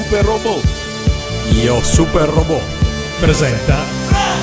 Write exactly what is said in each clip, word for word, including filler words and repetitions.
Super Robot. Io Super Robot presenta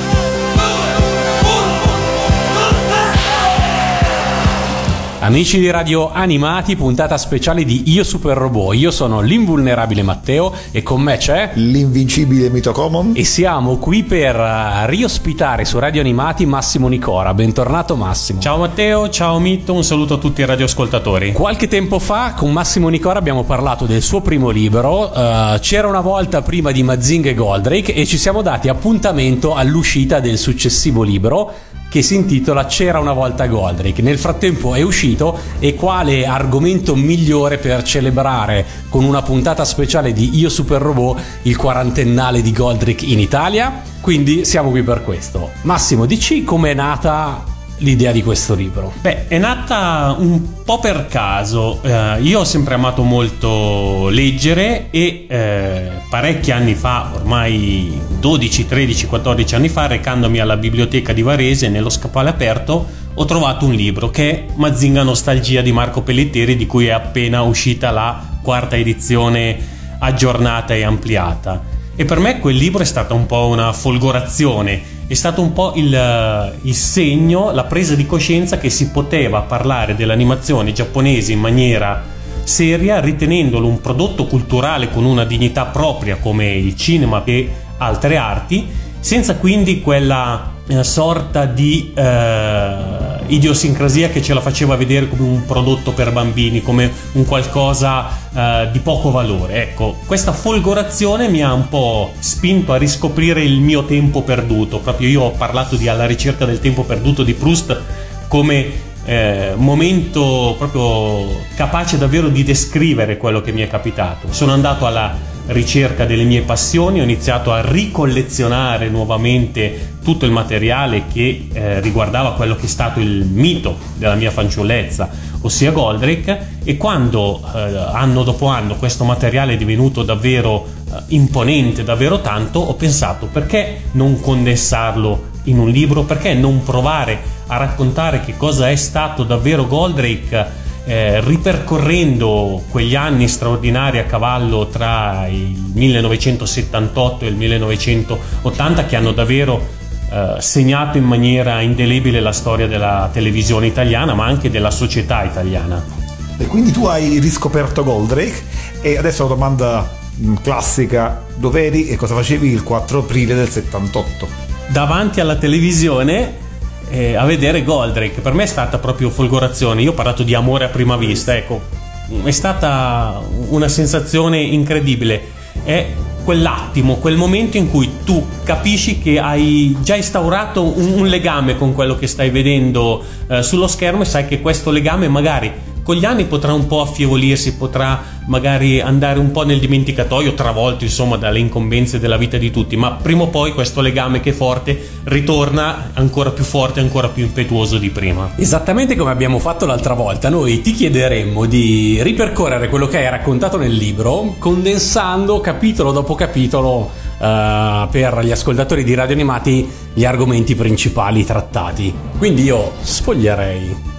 Amici di Radio Animati, puntata speciale di Io Super Robot. Io sono l'invulnerabile Matteo e con me c'è l'invincibile Mito Common. E siamo qui per riospitare su Radio Animati Massimo Nicora. Bentornato Massimo. Ciao Matteo, ciao Mito, un saluto a tutti i radioascoltatori. Qualche tempo fa con Massimo Nicora abbiamo parlato del suo primo libro, uh, C'era una volta prima di Mazinga e Goldrake, e ci siamo dati appuntamento all'uscita del successivo libro che si intitola C'era una volta Goldrake. Nel frattempo è uscito, e quale argomento migliore per celebrare con una puntata speciale di Io Super Robot il quarantennale di Goldrake in Italia? Quindi siamo qui per questo. Massimo, dici com'è nata l'idea di questo libro? Beh, è nata un po' per caso. Uh, io ho sempre amato molto leggere e eh, parecchi anni fa, ormai dodici, tredici, quattordici anni fa, recandomi alla biblioteca di Varese nello scaffale aperto, ho trovato un libro che è Mazinga Nostalgia di Marco Pellettieri, di cui è appena uscita la quarta edizione aggiornata e ampliata. E per me quel libro è stata un po' una folgorazione. È stato un po' il, il segno, la presa di coscienza che si poteva parlare dell'animazione giapponese in maniera seria, ritenendolo un prodotto culturale con una dignità propria come il cinema e altre arti, senza quindi quella eh, sorta di eh, idiosincrasia che ce la faceva vedere come un prodotto per bambini, come un qualcosa eh, di poco valore. Ecco, questa folgorazione mi ha un po' spinto a riscoprire il mio tempo perduto. Proprio io ho parlato di Alla ricerca del tempo perduto di Proust come eh, momento proprio capace davvero di descrivere quello che mi è capitato. Sono andato alla ricerca delle mie passioni, ho iniziato a ricollezionare nuovamente tutto il materiale che eh, riguardava quello che è stato il mito della mia fanciullezza, ossia Goldrake, e quando eh, anno dopo anno questo materiale è divenuto davvero eh, imponente, davvero tanto, ho pensato: perché non condensarlo in un libro? Perché non provare a raccontare che cosa è stato davvero Goldrake, Eh, ripercorrendo quegli anni straordinari a cavallo tra il millenovecentosettantotto e il millenovecentottanta, che hanno davvero eh, segnato in maniera indelebile la storia della televisione italiana, ma anche della società italiana. E quindi tu hai riscoperto Goldrake, e adesso la domanda classica: dov'eri e cosa facevi il quattro aprile del settantotto? Davanti alla televisione Eh, a vedere Goldrake. Per me è stata proprio folgorazione. Io ho parlato di amore a prima vista, ecco, è stata una sensazione incredibile. È quell'attimo, quel momento in cui tu capisci che hai già instaurato un, un legame con quello che stai vedendo eh, sullo schermo, e sai che questo legame magari con gli anni potrà un po' affievolirsi, potrà magari andare un po' nel dimenticatoio, travolto insomma dalle incombenze della vita di tutti, ma prima o poi questo legame che è forte ritorna ancora più forte, ancora più impetuoso di prima. Esattamente come abbiamo fatto l'altra volta, noi ti chiederemmo di ripercorrere quello che hai raccontato nel libro, condensando capitolo dopo capitolo uh, per gli ascoltatori di Radio Animati gli argomenti principali trattati. Quindi io sfoglierei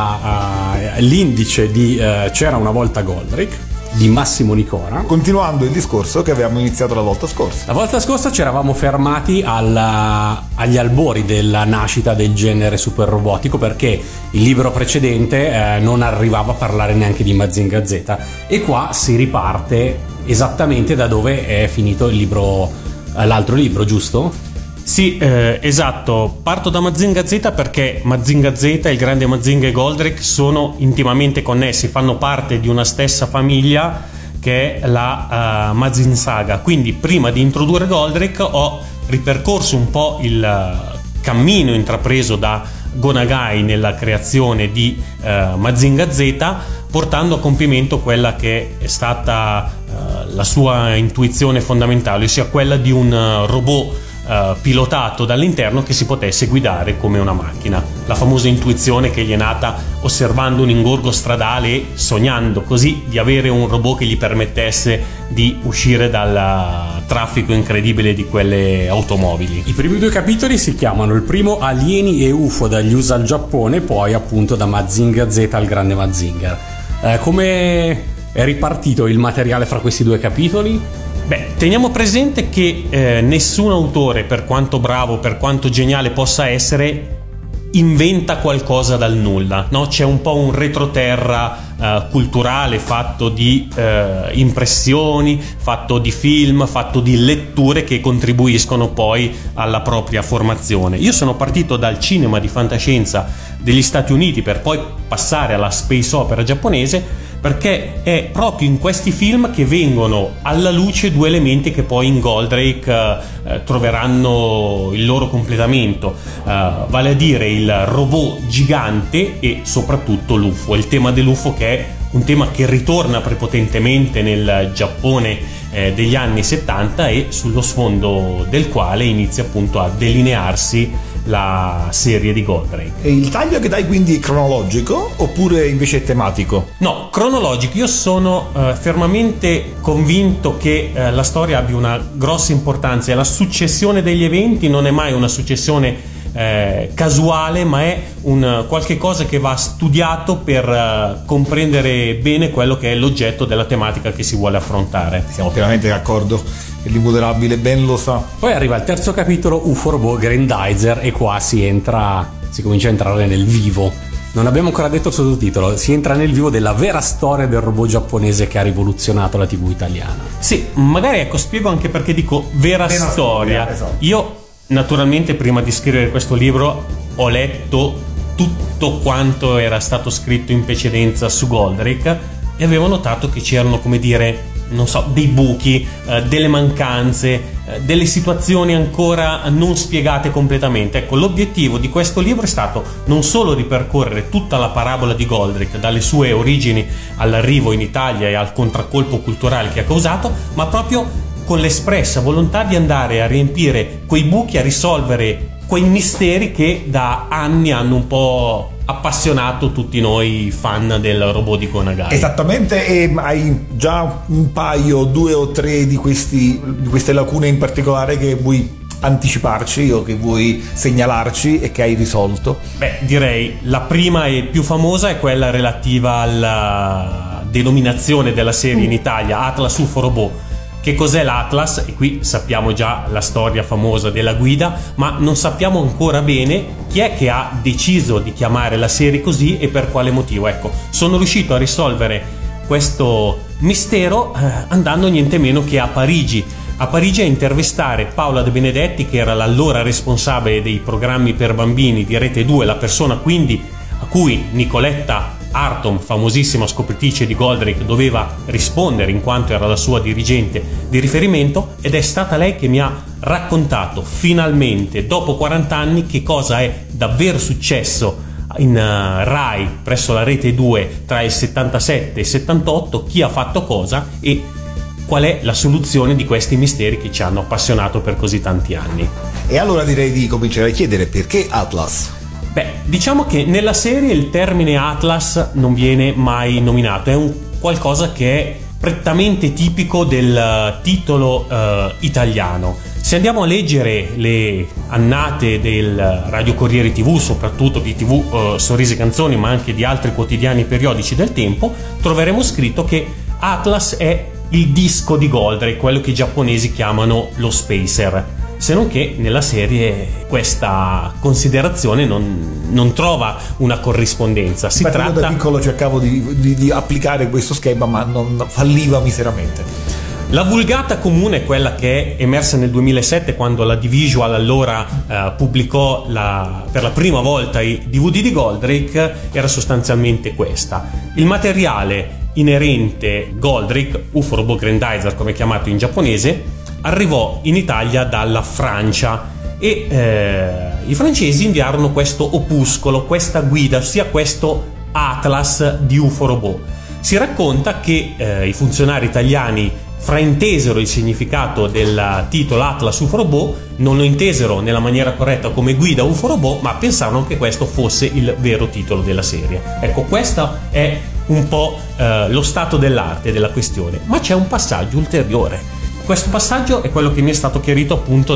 La, uh, l'indice di uh, C'era una volta Goldrake di Massimo Nicora, continuando il discorso che avevamo iniziato la volta scorsa. La volta scorsa ci eravamo fermati alla, agli albori della nascita del genere super robotico, perché il libro precedente eh, non arrivava a parlare neanche di Mazinga Z, e qua si riparte esattamente da dove è finito il libro, l'altro libro, giusto? Sì, eh, esatto. Parto da Mazinga Z perché Mazinga Z e il grande Mazinga e Goldrake sono intimamente connessi, fanno parte di una stessa famiglia che è la uh, Mazin Saga. Quindi prima di introdurre Goldrake ho ripercorso un po' il uh, cammino intrapreso da Go Nagai nella creazione di uh, Mazinga Z, portando a compimento quella che è stata uh, la sua intuizione fondamentale, ossia quella di un uh, robot Uh, pilotato dall'interno che si potesse guidare come una macchina. La famosa intuizione che gli è nata osservando un ingorgo stradale e sognando così di avere un robot che gli permettesse di uscire dal traffico incredibile di quelle automobili. I primi due capitoli si chiamano, il primo Alieni e U F O dagli U S A al Giappone, poi appunto da Mazinga Z al grande Mazinger. Eh, come è ripartito il materiale fra questi due capitoli? Beh, teniamo presente che eh, nessun autore, per quanto bravo, per quanto geniale possa essere, inventa qualcosa dal nulla, no? C'è un po' un retroterra eh, culturale fatto di eh, impressioni, fatto di film, fatto di letture che contribuiscono poi alla propria formazione. Io sono partito dal cinema di fantascienza degli Stati Uniti per poi passare alla space opera giapponese, perché è proprio in questi film che vengono alla luce due elementi che poi in Goldrake eh, troveranno il loro completamento, eh, vale a dire il robot gigante e soprattutto l'U F O, il tema dell'U F O, che è un tema che ritorna prepotentemente nel Giappone eh, degli anni settanta e sullo sfondo del quale inizia appunto a delinearsi la serie di Goldrake. E il taglio che dai quindi è cronologico oppure invece è tematico? No, cronologico. Io sono eh, fermamente convinto che eh, la storia abbia una grossa importanza e la successione degli eventi non è mai una successione eh, casuale, ma è un qualche cosa che va studiato per eh, comprendere bene quello che è l'oggetto della tematica che si vuole affrontare. Siamo pienamente d'accordo. L'immoderabile ben lo sa. Poi arriva il terzo capitolo, U F O Robot Grandizer, e qua si entra, si comincia a entrare nel vivo. Non abbiamo ancora detto il sottotitolo, si entra nel vivo della vera storia del robot giapponese che ha rivoluzionato la tivù italiana. Sì, magari ecco, spiego anche perché dico vera, vera storia. storia esatto. Io naturalmente prima di scrivere questo libro ho letto tutto quanto era stato scritto in precedenza su Goldrake e avevo notato che c'erano, come dire, non so, dei buchi, eh, delle mancanze, eh, delle situazioni ancora non spiegate completamente. Ecco, l'obiettivo di questo libro è stato non solo ripercorrere tutta la parabola di Goldrake, dalle sue origini all'arrivo in Italia e al contraccolpo culturale che ha causato, ma proprio con l'espressa volontà di andare a riempire quei buchi, a risolvere quei misteri che da anni hanno un po' appassionato tutti noi fan del robot di Go Nagai. Esattamente, e hai già un paio, due o tre di, questi, di queste lacune in particolare che vuoi anticiparci o che vuoi segnalarci e che hai risolto? Beh, direi la prima e più famosa è quella relativa alla denominazione della serie in Italia, Atlas U F O Robot. Che cos'è l'Atlas? E qui sappiamo già la storia famosa della guida, ma non sappiamo ancora bene chi è che ha deciso di chiamare la serie così e per quale motivo. Ecco, sono riuscito a risolvere questo mistero eh, andando niente meno che a Parigi. A Parigi a intervistare Paola De Benedetti, che era l'allora responsabile dei programmi per bambini di Rete due, la persona quindi a cui Nicoletta Artom, famosissima scopritrice di Goldrake, doveva rispondere in quanto era la sua dirigente di riferimento, ed è stata lei che mi ha raccontato finalmente dopo quaranta anni che cosa è davvero successo in uh, Rai presso la Rete due tra il settantasette e il settantotto, chi ha fatto cosa e qual è la soluzione di questi misteri che ci hanno appassionato per così tanti anni. E allora direi di cominciare a chiedere perché Atlas? Beh, diciamo che nella serie il termine Atlas non viene mai nominato, è un qualcosa che è prettamente tipico del titolo uh, italiano. Se andiamo a leggere le annate del Radio Corriere tivù, soprattutto di tivù uh, Sorrisi e Canzoni, ma anche di altri quotidiani periodici del tempo, troveremo scritto che Atlas è il disco di Goldrake, quello che i giapponesi chiamano lo Spacer. Se non che nella serie questa considerazione non, non trova una corrispondenza. Si Beh, tratta... Io da piccolo cercavo di, di, di applicare questo schema, ma non falliva miseramente. La vulgata comune, quella che è emersa nel duemilasette, quando la D-Visual allora eh, pubblicò la, per la prima volta i D V D di Goldrake, era sostanzialmente questa. Il materiale inerente Goldrake, U F O Robot Grandizer come è chiamato in giapponese, arrivò in Italia dalla Francia e eh, i francesi inviarono questo opuscolo, questa guida, ossia questo Atlas di U F O Robot. Si racconta che eh, i funzionari italiani fraintesero il significato del titolo Atlas U F O Robot, non lo intesero nella maniera corretta come guida U F O Robot, ma pensarono che questo fosse il vero titolo della serie. Ecco, questo è un po' eh, lo stato dell'arte della questione, ma c'è un passaggio ulteriore. Questo passaggio è quello che mi è stato chiarito appunto da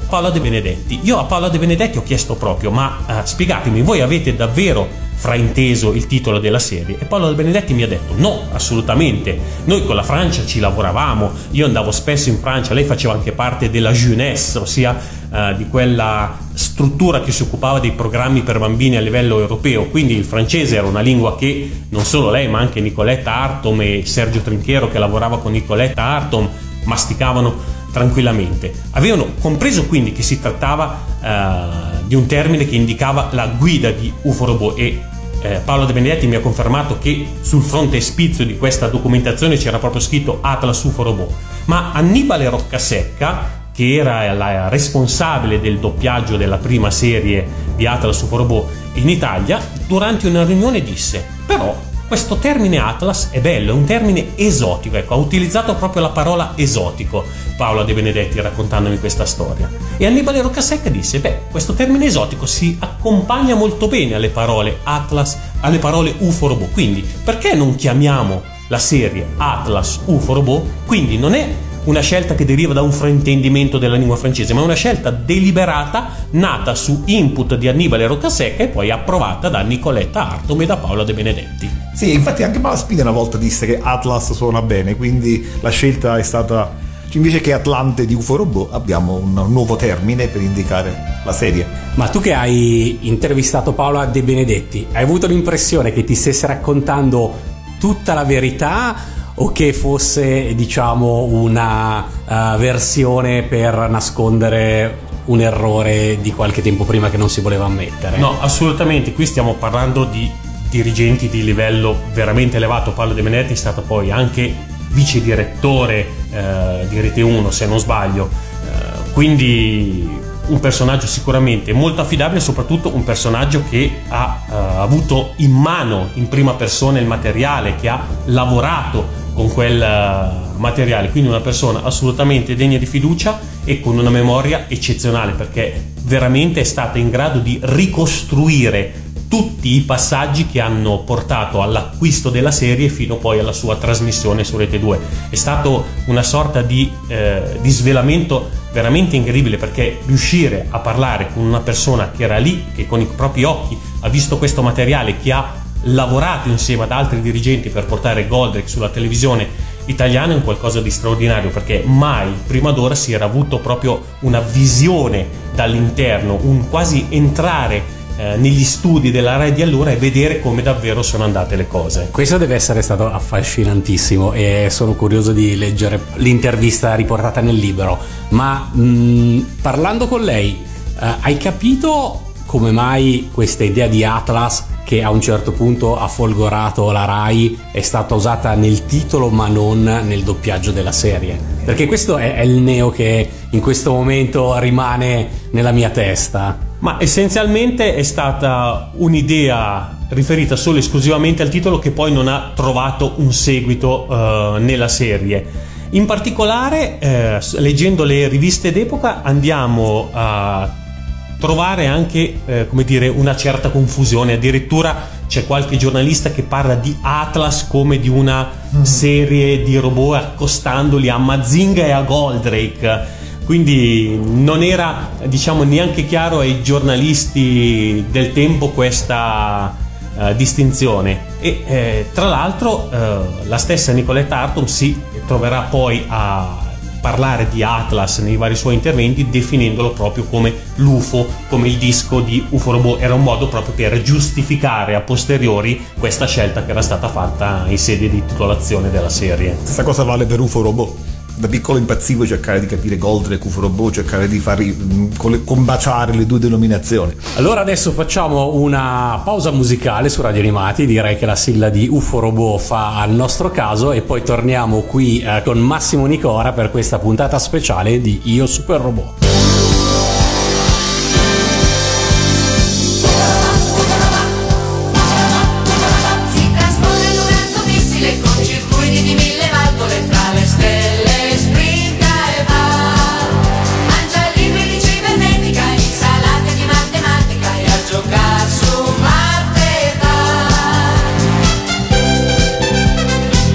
Paola De Benedetti. Io a Paola De Benedetti ho chiesto proprio, ma uh, spiegatemi, voi avete davvero frainteso il titolo della serie? E Paola De Benedetti mi ha detto no, assolutamente, noi con la Francia ci lavoravamo, io andavo spesso in Francia, lei faceva anche parte della jeunesse, ossia uh, di quella struttura che si occupava dei programmi per bambini a livello europeo, quindi il francese era una lingua che non solo lei ma anche Nicoletta Artom e Sergio Trinchero, che lavorava con Nicoletta Artom, masticavano tranquillamente. Avevano compreso quindi che si trattava uh, di un termine che indicava la guida di Uforobo, e eh, Paola De Benedetti mi ha confermato che sul frontespizio di questa documentazione c'era proprio scritto Atlas Uforobo. Ma Annibale Roccasecca, che era la responsabile del doppiaggio della prima serie di Atlas Uforobo in Italia, durante una riunione disse: però questo termine Atlas è bello, è un termine esotico, ecco, ha utilizzato proprio la parola esotico Paola De Benedetti raccontandomi questa storia. E Annibale Roccasecca disse: beh, questo termine esotico si accompagna molto bene alle parole Atlas, alle parole Uforobo, quindi perché non chiamiamo la serie Atlas Uforobo? Quindi non è una scelta che deriva da un fraintendimento della lingua francese, ma è una scelta deliberata nata su input di Annibale Roccasecca e poi approvata da Nicoletta Artom e da Paola De Benedetti. Sì, infatti anche Malaspina una volta disse che Atlas suona bene, quindi la scelta è stata, invece che Atlante di Uforobo abbiamo un nuovo termine per indicare la serie. Ma tu che hai intervistato Paola De Benedetti, hai avuto l'impressione che ti stesse raccontando tutta la verità o che fosse, diciamo, una uh, versione per nascondere un errore di qualche tempo prima che non si voleva ammettere? No, assolutamente, qui stiamo parlando di dirigenti di livello veramente elevato. Paolo De Benedetti è stato poi anche vice direttore eh, di Rete uno, se non sbaglio, eh, quindi un personaggio sicuramente molto affidabile, soprattutto un personaggio che ha uh, avuto in mano in prima persona il materiale, che ha lavorato con quel uh, materiale, quindi una persona assolutamente degna di fiducia e con una memoria eccezionale, perché veramente è stata in grado di ricostruire tutti i passaggi che hanno portato all'acquisto della serie fino poi alla sua trasmissione su Rete due. È stato una sorta di, eh, di svelamento veramente incredibile, perché riuscire a parlare con una persona che era lì, che con i propri occhi ha visto questo materiale, che ha lavorato insieme ad altri dirigenti per portare Goldrake sulla televisione italiana, è un qualcosa di straordinario, perché mai prima d'ora si era avuto proprio una visione dall'interno, un quasi entrare Eh, negli studi della Rai di allora e vedere come davvero sono andate le cose. Questo deve essere stato affascinantissimo e sono curioso di leggere l'intervista riportata nel libro. Ma mh, parlando con lei, eh, hai capito come mai questa idea di Atlas, che a un certo punto ha folgorato la Rai, è stata usata nel titolo ma non nel doppiaggio della serie? Perché questo è, è il neo che in questo momento rimane nella mia testa. Ma essenzialmente è stata un'idea riferita solo e esclusivamente al titolo, che poi non ha trovato un seguito uh, nella serie. In particolare, eh, leggendo le riviste d'epoca, andiamo a trovare anche, eh, come dire, una certa confusione. Addirittura c'è qualche giornalista che parla di Atlas come di una mm. serie di robot, accostandoli a Mazinga e a Goldrake. Quindi non era, diciamo, neanche chiaro ai giornalisti del tempo questa uh, distinzione. E eh, tra l'altro eh, la stessa Nicoletta Artom si troverà poi a parlare di Atlas nei vari suoi interventi, definendolo proprio come l'U F O, come il disco di Uforobo. Era un modo proprio per giustificare a posteriori questa scelta che era stata fatta in sede di titolazione della serie. Stessa cosa vale per Uforobo. Da piccolo impazzivo cercare di capire Goldrake, Uforobo, cercare di far combaciare le due denominazioni. Allora adesso facciamo una pausa musicale su Radio Animati, direi che la sigla di Uforobo fa al nostro caso, e poi torniamo qui eh, con Massimo Nicora per questa puntata speciale di Io Super Robot.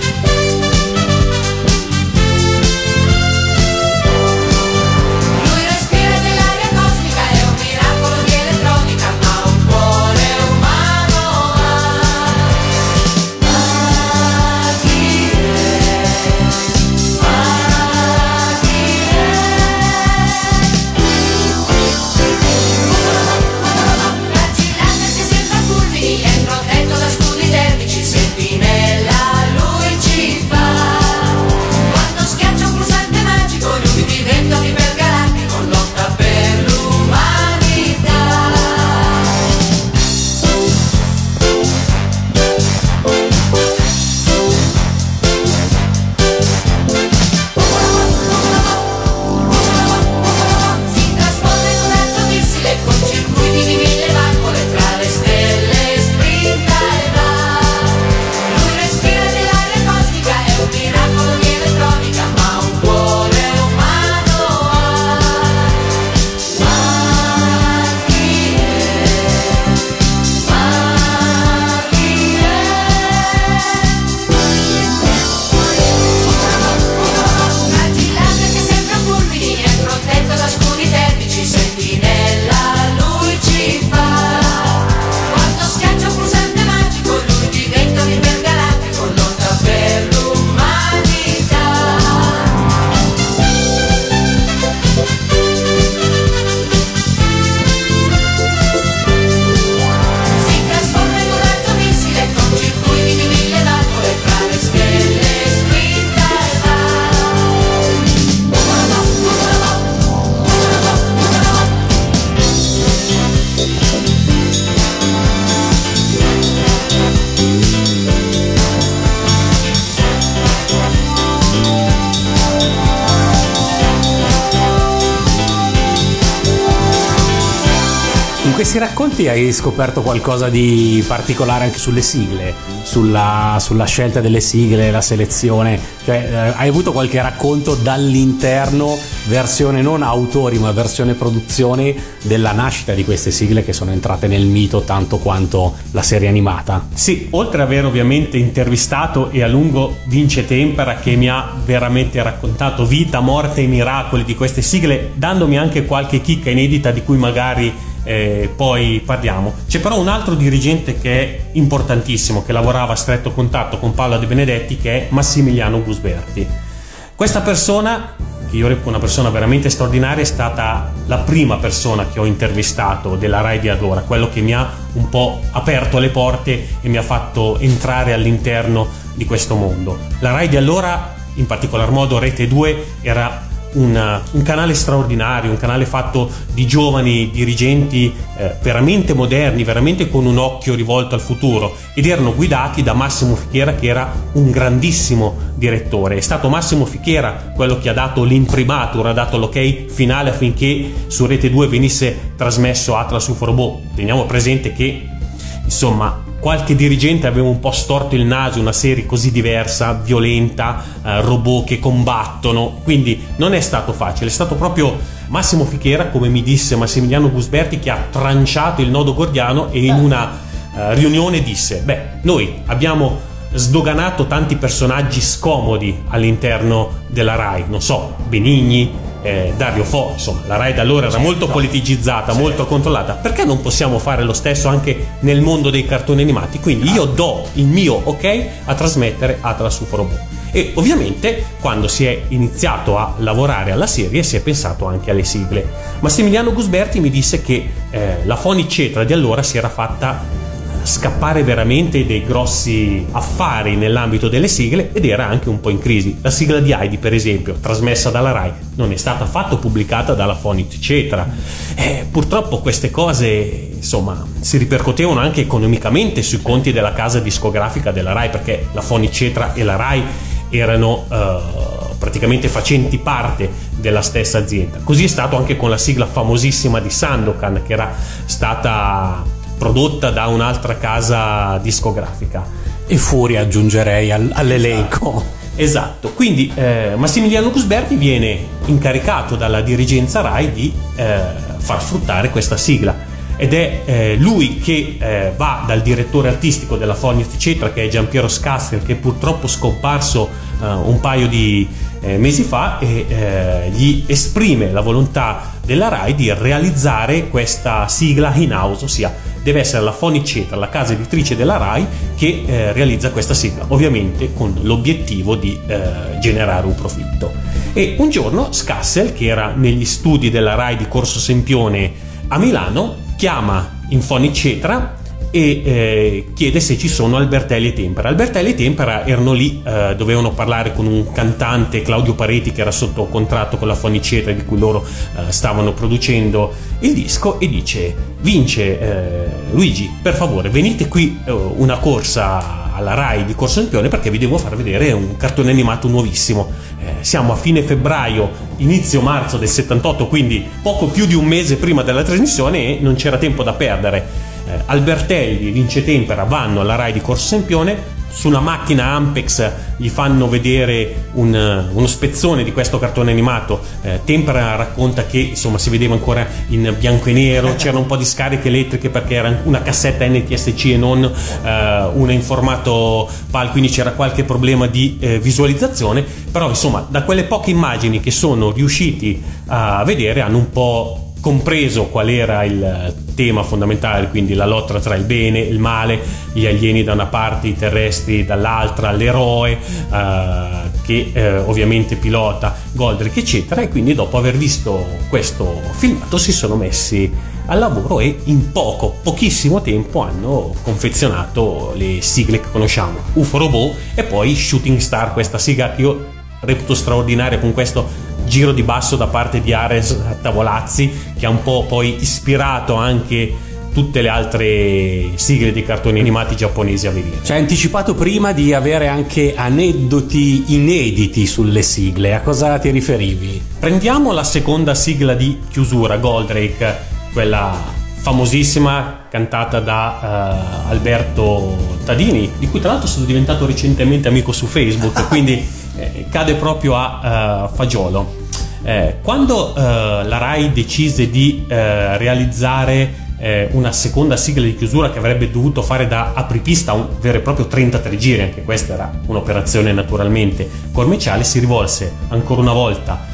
Lui In questi racconti hai scoperto qualcosa di particolare anche sulle sigle, sulla, sulla scelta delle sigle, la selezione, cioè eh, hai avuto qualche racconto dall'interno, versione non autori ma versione produzione, della nascita di queste sigle che sono entrate nel mito tanto quanto la serie animata? Sì, oltre ad aver ovviamente intervistato e a lungo Vince Tempera, che mi ha veramente raccontato vita, morte e miracoli di queste sigle, dandomi anche qualche chicca inedita di cui magari Eh, poi parliamo. C'è però un altro dirigente che è importantissimo, che lavorava a stretto contatto con Paola De Benedetti, che è Massimiliano Gusberti. Questa persona, che io reputo una persona veramente straordinaria, è stata la prima persona che ho intervistato della Rai di allora, quello che mi ha un po' aperto le porte e mi ha fatto entrare all'interno di questo mondo. La Rai di allora, in particolar modo Rete due, era Un, un canale straordinario, un canale fatto di giovani dirigenti eh, veramente moderni, veramente con un occhio rivolto al futuro, ed erano guidati da Massimo Fichiera, che era un grandissimo direttore. È stato Massimo Fichiera quello che ha dato l'imprimatur, ha dato l'ok finale affinché su Rete due venisse trasmesso Atlas U F O Robot. Teniamo presente che insomma qualche dirigente aveva un po' storto il naso, una serie così diversa, violenta, eh, robot che combattono, quindi non è stato facile. È stato proprio Massimo Fichiera, come mi disse Massimiliano Gusberti, che ha tranciato il nodo gordiano e in una eh, riunione disse: beh, noi abbiamo sdoganato tanti personaggi scomodi all'interno della Rai, non so, Benigni, Eh, Dario Fo, insomma la Rai da allora era certo. molto politicizzata, certo. molto controllata. Perché non possiamo fare lo stesso anche nel mondo dei cartoni animati? Quindi io do il mio ok a trasmettere Atlas U F O Robot. E ovviamente quando si è iniziato a lavorare alla serie si è pensato anche alle sigle. Massimiliano Gusberti mi disse che eh, la Fonicetra di allora si era fatta scappare veramente dei grossi affari nell'ambito delle sigle ed era anche un po' in crisi. La sigla di Heidi, per esempio, trasmessa dalla Rai, non è stata affatto pubblicata dalla Fonicetra. Eh, purtroppo queste cose insomma si ripercuotevano anche economicamente sui conti della casa discografica della Rai, perché la Fonicetra e la Rai erano uh, praticamente facenti parte della stessa azienda. Così è stato anche con la sigla famosissima di Sandokan, che era stata prodotta da un'altra casa discografica. E Furia aggiungerei al, all'elenco. Esatto, quindi eh, Massimiliano Gusberti viene incaricato dalla dirigenza Rai di eh, far fruttare questa sigla, ed è eh, lui che eh, va dal direttore artistico della Fonicetra, che è Giampiero Scassel, che è purtroppo scomparso eh, un paio di eh, mesi fa, e eh, gli esprime la volontà della Rai di realizzare questa sigla in house, ossia deve essere la Fonicetra, la casa editrice della Rai, che eh, realizza questa sigla, ovviamente con l'obiettivo di eh, generare un profitto. E un giorno Scassel, che era negli studi della Rai di Corso Sempione a Milano, chiama in Fonicetra e eh, chiede se ci sono Albertelli e Tempera. Albertelli e Tempera erano lì, eh, dovevano parlare con un cantante, Claudio Pareti, che era sotto contratto con la Fonicetra, di cui loro eh, stavano producendo il disco, e dice: Vince, eh, Luigi, per favore venite qui eh, una corsa alla Rai di Corso Sempione, perché vi devo far vedere un cartone animato nuovissimo. Eh, siamo a fine febbraio, inizio marzo del settantotto, quindi poco più di un mese prima della trasmissione, e non c'era tempo da perdere. Eh, Albertelli e Vince Tempera vanno alla Rai di Corso Sempione, su una macchina Ampex gli fanno vedere un, uno spezzone di questo cartone animato. eh, Tempera racconta che insomma si vedeva ancora in bianco e nero, c'erano un po' di scariche elettriche perché era una cassetta N T S C e non eh, una in formato P A L, quindi c'era qualche problema di eh, visualizzazione, però insomma da quelle poche immagini che sono riusciti a vedere hanno un po' compreso qual era il tema fondamentale, quindi la lotta tra il bene e il male, gli alieni da una parte, i terrestri dall'altra, l'eroe eh, che eh, ovviamente pilota Goldrake, eccetera. E quindi dopo aver visto questo filmato si sono messi al lavoro e in poco, pochissimo tempo hanno confezionato le sigle che conosciamo, U F O Robot e poi Shooting Star, questa sigla che io reputo straordinaria, con questo giro di basso da parte di Ares Tavolazzi, che ha un po' poi ispirato anche tutte le altre sigle di cartoni animati giapponesi a venire. Ci hai anticipato prima di avere anche aneddoti inediti sulle sigle, a cosa ti riferivi? Prendiamo la seconda sigla di chiusura, Goldrake, quella famosissima, cantata da uh, Alberto Tadini, di cui tra l'altro sono diventato recentemente amico su Facebook, quindi eh, cade proprio a uh, fagiolo. Eh, quando uh, la Rai decise di uh, realizzare eh, una seconda sigla di chiusura che avrebbe dovuto fare da apripista un vero e proprio trentatré giri, anche questa era un'operazione naturalmente commerciale, si rivolse ancora una volta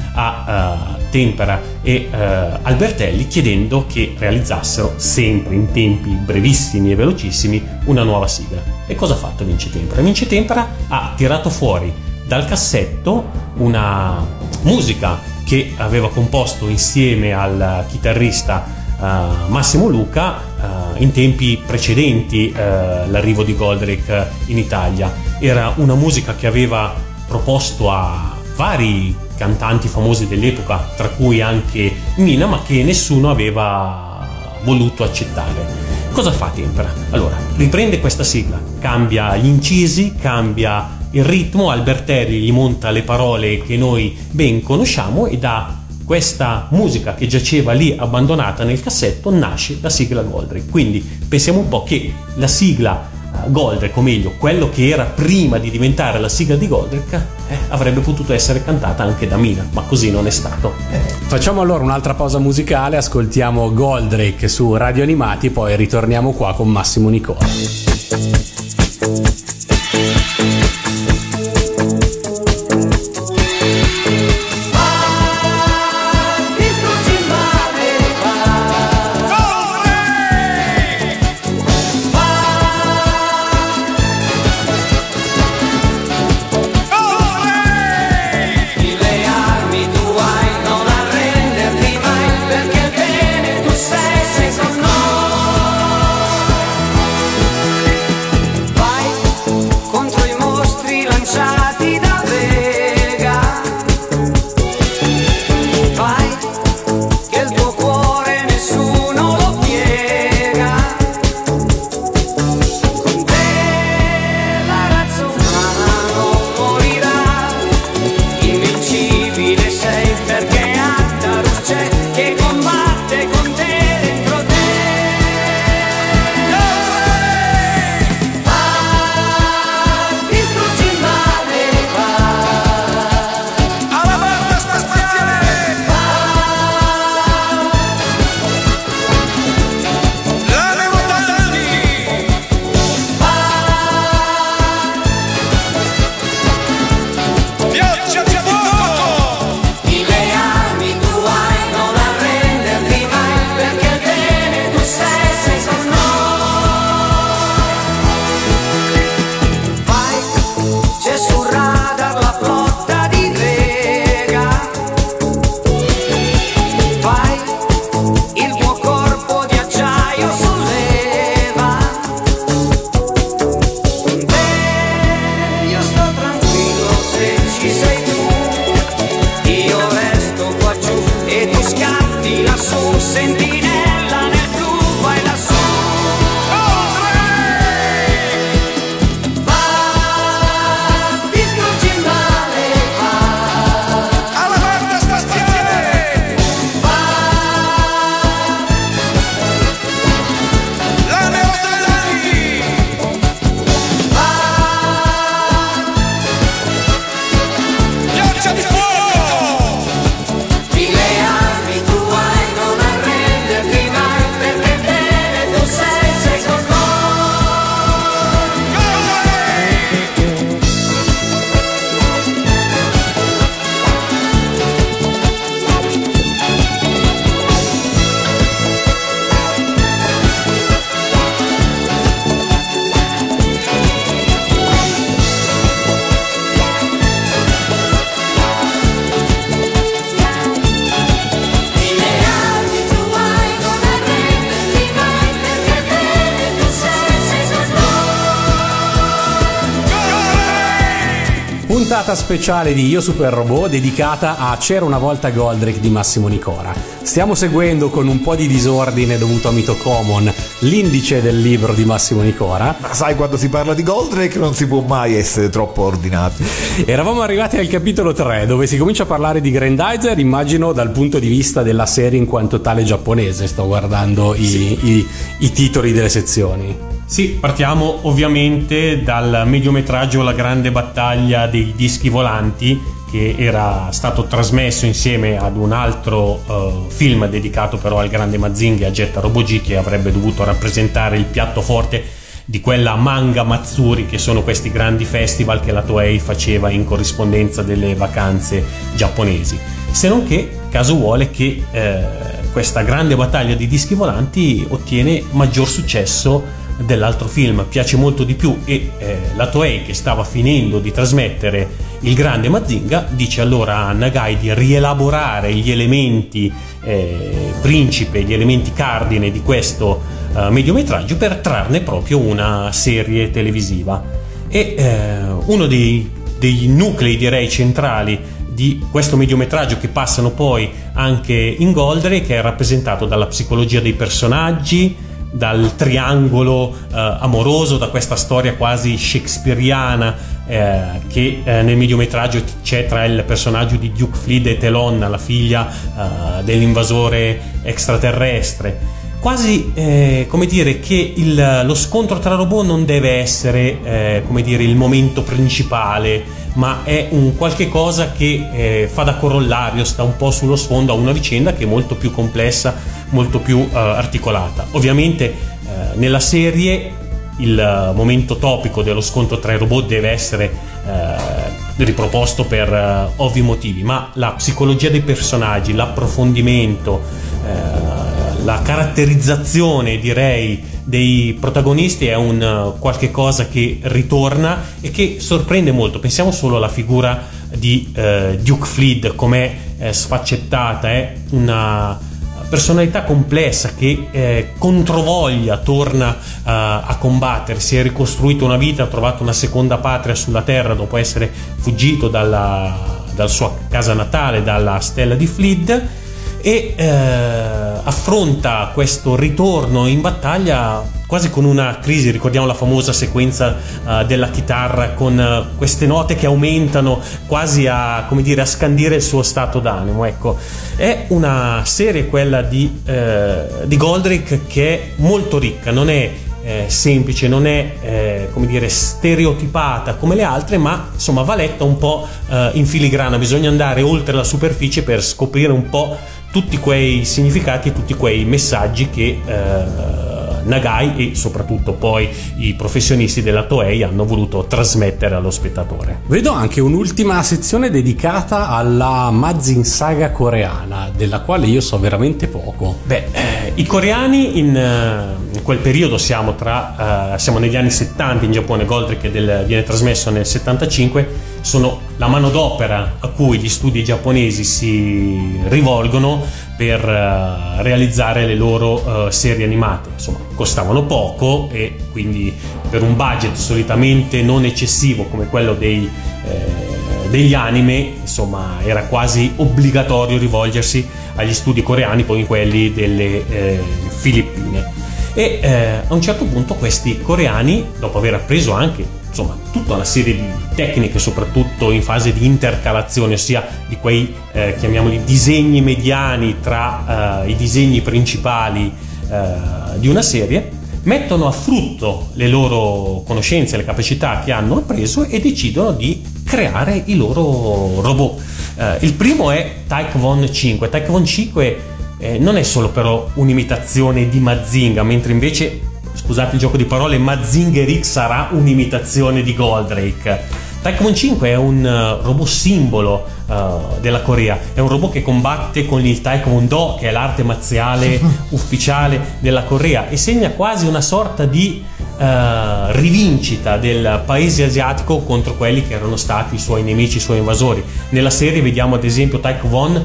a uh, Tempera e uh, Albertelli chiedendo che realizzassero sempre in tempi brevissimi e velocissimi una nuova sigla. E cosa ha fatto Vince Tempera? Vince Tempera ha tirato fuori dal cassetto una musica che aveva composto insieme al chitarrista Uh, Massimo Luca uh, in tempi precedenti uh, l'arrivo di Goldrake in Italia. Era una musica che aveva proposto a vari cantanti famosi dell'epoca, tra cui anche Mina, ma che nessuno aveva voluto accettare. Cosa fa Tempera? Allora, riprende questa sigla, cambia gli incisi, cambia il ritmo, Albertelli gli monta le parole che noi ben conosciamo e da questa musica che giaceva lì abbandonata nel cassetto nasce la sigla Goldrake. Quindi pensiamo un po' che la sigla Goldrake, o meglio quello che era prima di diventare la sigla di Goldrake, eh, avrebbe potuto essere cantata anche da Mina, ma così non è stato. Facciamo allora un'altra pausa musicale, ascoltiamo Goldrake su Radio Animati e poi ritorniamo qua con Massimo Nicola. Vai puntata speciale di Io Super Robot dedicata a C'era una volta Goldrake di Massimo Nicora. Stiamo seguendo con un po' di disordine dovuto a Mitocomon l'indice del libro di Massimo Nicora. Ma sai, quando si parla di Goldrake non si può mai essere troppo ordinati. Eravamo arrivati al capitolo tre, dove si comincia a parlare di Grandizer, immagino dal punto di vista della serie in quanto tale giapponese. Sto guardando i, sì. i, i titoli delle sezioni. Sì, partiamo ovviamente dal mediometraggio La grande battaglia dei dischi volanti, che era stato trasmesso insieme ad un altro uh, film dedicato però al grande Mazinger, a Jet Robot G, che avrebbe dovuto rappresentare il piatto forte di quella Manga Matsuri, che sono questi grandi festival che la Toei faceva in corrispondenza delle vacanze giapponesi. Se non che caso vuole che eh, questa grande battaglia di dischi volanti ottiene maggior successo dell'altro film, piace molto di più, e eh, la Toei, che stava finendo di trasmettere il grande Mazinga, dice allora a Nagai di rielaborare gli elementi eh, principe, gli elementi cardine di questo eh, mediometraggio per trarne proprio una serie televisiva. E eh, uno dei, dei nuclei, direi, centrali di questo mediometraggio, che passano poi anche in Goldrake, che è rappresentato dalla psicologia dei personaggi, dal triangolo eh, amoroso, da questa storia quasi shakespeariana eh, che eh, nel mediometraggio c'è tra il personaggio di Duke Fleed e Telon, la figlia eh, dell'invasore extraterrestre. Quasi eh, come dire che il, lo scontro tra robot non deve essere eh, come dire il momento principale, ma è un qualche cosa che eh, fa da corollario, sta un po' sullo sfondo a una vicenda che è molto più complessa, molto più eh, articolata. Ovviamente eh, nella serie il momento topico dello scontro tra i robot deve essere eh, riproposto per eh, ovvi motivi, ma la psicologia dei personaggi, l'approfondimento, eh, la caratterizzazione, direi, dei protagonisti è un uh, qualche cosa che ritorna e che sorprende molto. Pensiamo solo alla figura di uh, Duke Fleed, com'è eh, sfaccettata, è una personalità complessa che eh, controvoglia torna uh, a combattere, si è ricostruito una vita, ha trovato una seconda patria sulla terra dopo essere fuggito dalla, dalla sua casa natale, dalla stella di Fleed, e eh, affronta questo ritorno in battaglia quasi con una crisi. Ricordiamo la famosa sequenza uh, della chitarra con uh, queste note che aumentano quasi a, come dire, a scandire il suo stato d'animo. Ecco, è una serie, quella di, eh, di Goldrake, che è molto ricca, non è eh, semplice, non è eh, come dire stereotipata come le altre, ma insomma va letta un po' eh, in filigrana. Bisogna andare oltre la superficie per scoprire un po' tutti quei significati e tutti quei messaggi che eh, Nagai e soprattutto poi i professionisti della Toei hanno voluto trasmettere allo spettatore. Vedo anche un'ultima sezione dedicata alla Mazin Saga coreana, della quale io so veramente poco. Beh, eh, i coreani in, uh, in quel periodo, siamo tra uh, siamo negli anni settanta in Giappone, Goldrake del, viene trasmesso nel settantacinque, sono la manodopera a cui gli studi giapponesi si rivolgono per uh, realizzare le loro uh, serie animate. Insomma, costavano poco e quindi per un budget solitamente non eccessivo come quello dei, eh, degli anime, insomma, era quasi obbligatorio rivolgersi agli studi coreani, poi in quelli delle eh, Filippine. E eh, a un certo punto questi coreani, dopo aver appreso anche insomma tutta una serie di tecniche, soprattutto in fase di intercalazione, ossia di quei eh, chiamiamoli disegni mediani tra eh, i disegni principali eh, di una serie, mettono a frutto le loro conoscenze, le capacità che hanno appreso e decidono di creare i loro robot. Eh, il primo è Taekwondo cinque. Taekwondo cinque eh, non è solo però un'imitazione di Mazinga, mentre invece, scusate il gioco di parole, Mazinger X sarà un'imitazione di Goldrake. Taekwondo cinque è un uh, robot simbolo uh, della Corea, è un robot che combatte con il Taekwondo, che è l'arte marziale ufficiale della Corea, e segna quasi una sorta di uh, rivincita del paese asiatico contro quelli che erano stati i suoi nemici, i suoi invasori. Nella serie vediamo ad esempio Taekwondo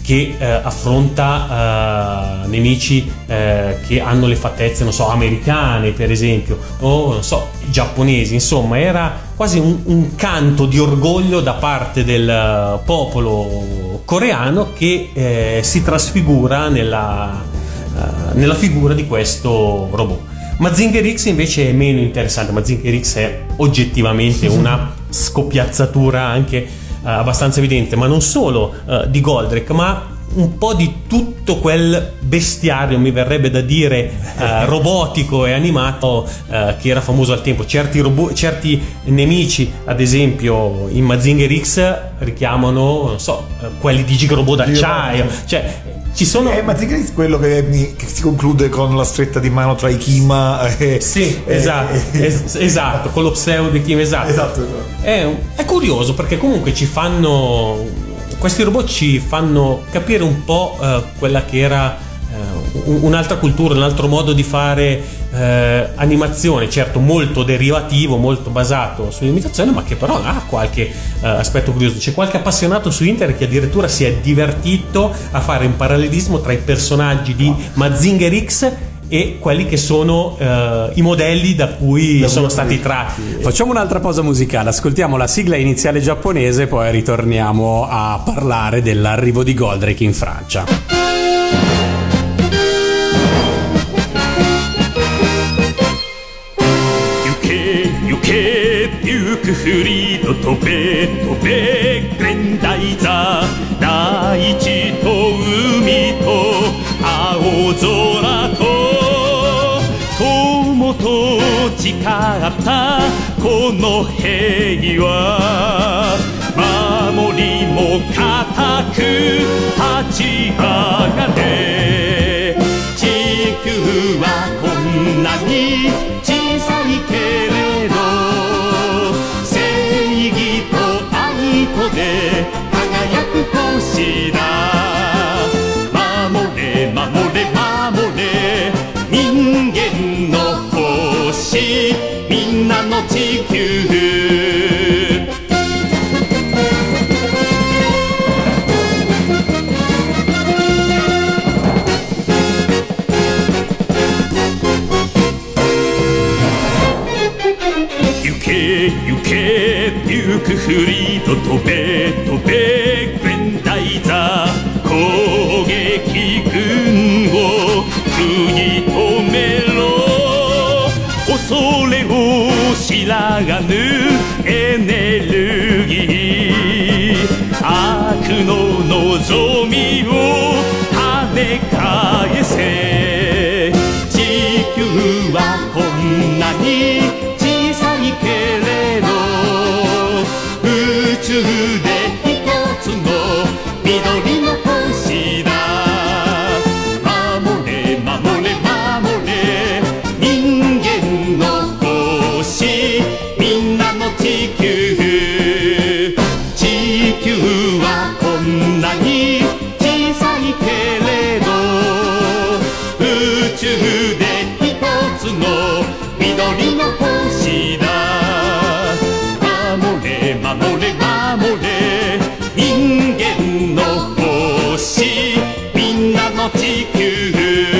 che eh, affronta eh, nemici eh, che hanno le fattezze, non so, americane per esempio, o non so, giapponesi. Insomma, era quasi un, un canto di orgoglio da parte del popolo coreano che eh, si trasfigura nella, eh, nella figura di questo robot. Mazinger X invece è meno interessante. Mazinger X è oggettivamente una scoppiazzatura anche Uh, abbastanza evidente, ma non solo uh, di Goldrake, ma un po' di tutto quel bestiario, mi verrebbe da dire, uh, robotico e animato uh, che era famoso al tempo. Certi, robo- certi nemici, ad esempio in Mazinger X, richiamano, non so, uh, quelli di Gigrobot d'acciaio, cioè ci sono... Eh, Mazinger X è quello che, che si conclude con la stretta di mano tra Ikima e... Sì, esatto, e, es- esatto, con lo pseudo di Ikima, esatto. Esatto, esatto. È, è curioso perché comunque ci fanno... Questi robot ci fanno capire un po' uh, quella che era uh, un'altra cultura, un altro modo di fare uh, animazione, certo molto derivativo, molto basato sull'imitazione, ma che però ha qualche uh, aspetto curioso. C'è qualche appassionato su internet che addirittura si è divertito a fare un parallelismo tra i personaggi di Mazinger X e quelli che sono uh, i modelli da cui da sono stati tratti. Facciamo un'altra pausa musicale, ascoltiamo la sigla iniziale giapponese, poi ritorniamo a parlare dell'arrivo di Goldrake in Francia. Yuke, yuke, Duke Furido, tobe, tobe, Grendaiza, Daichi to umi to aozora toと誓ったこの平和守りも固く立ち上がれ地球はこんなに小さいけれど正義と愛とで輝く星だ守れ守れ守れ人間の星みんなの地球行け行けデュークフリード飛べ飛べグレンダイザー攻撃軍を食い止めろ恐れを知らぬエネルギー悪の望みを跳ね返せ地球はこんなに小さいけれど宇宙で一つの緑の星だ守れ守れ守れ人間の星みんなの地球地球はこんなに小さいけれど宇宙で一つの緑の星だ守れ守れ守れ人間の星みんなの地球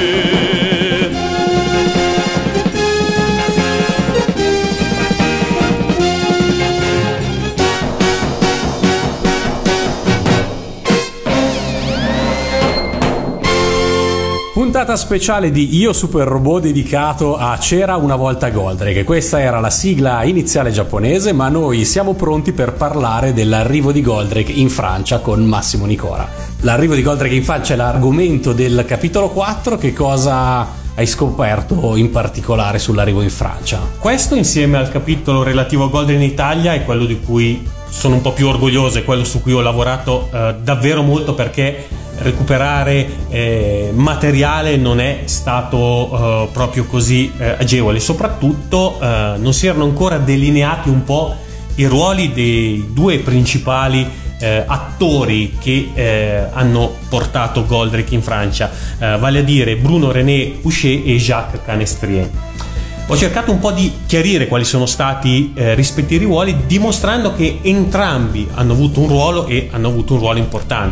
Puntata speciale di Io Super Robot dedicato a C'era una volta Goldrake. Questa era la sigla iniziale giapponese, ma noi siamo pronti per parlare dell'arrivo di Goldrake in Francia con Massimo Nicora. L'arrivo di Goldrake in Francia è l'argomento del capitolo quattro. Che cosa hai scoperto in particolare sull'arrivo in Francia? Questo, insieme al capitolo relativo a Goldrake in Italia, è quello di cui sono un po' più orgoglioso, è quello su cui ho lavorato eh, davvero molto, perché recuperare eh, materiale non è stato eh, proprio così eh, agevole. Soprattutto eh, non si erano ancora delineati un po' i ruoli dei due principali eh, attori che eh, hanno portato Goldrake in Francia, eh, vale a dire Bruno René Fouché e Jacques Canestrier. Ho cercato un po' di chiarire quali sono stati eh, rispettivi ruoli, dimostrando che entrambi hanno avuto un ruolo e hanno avuto un ruolo importante.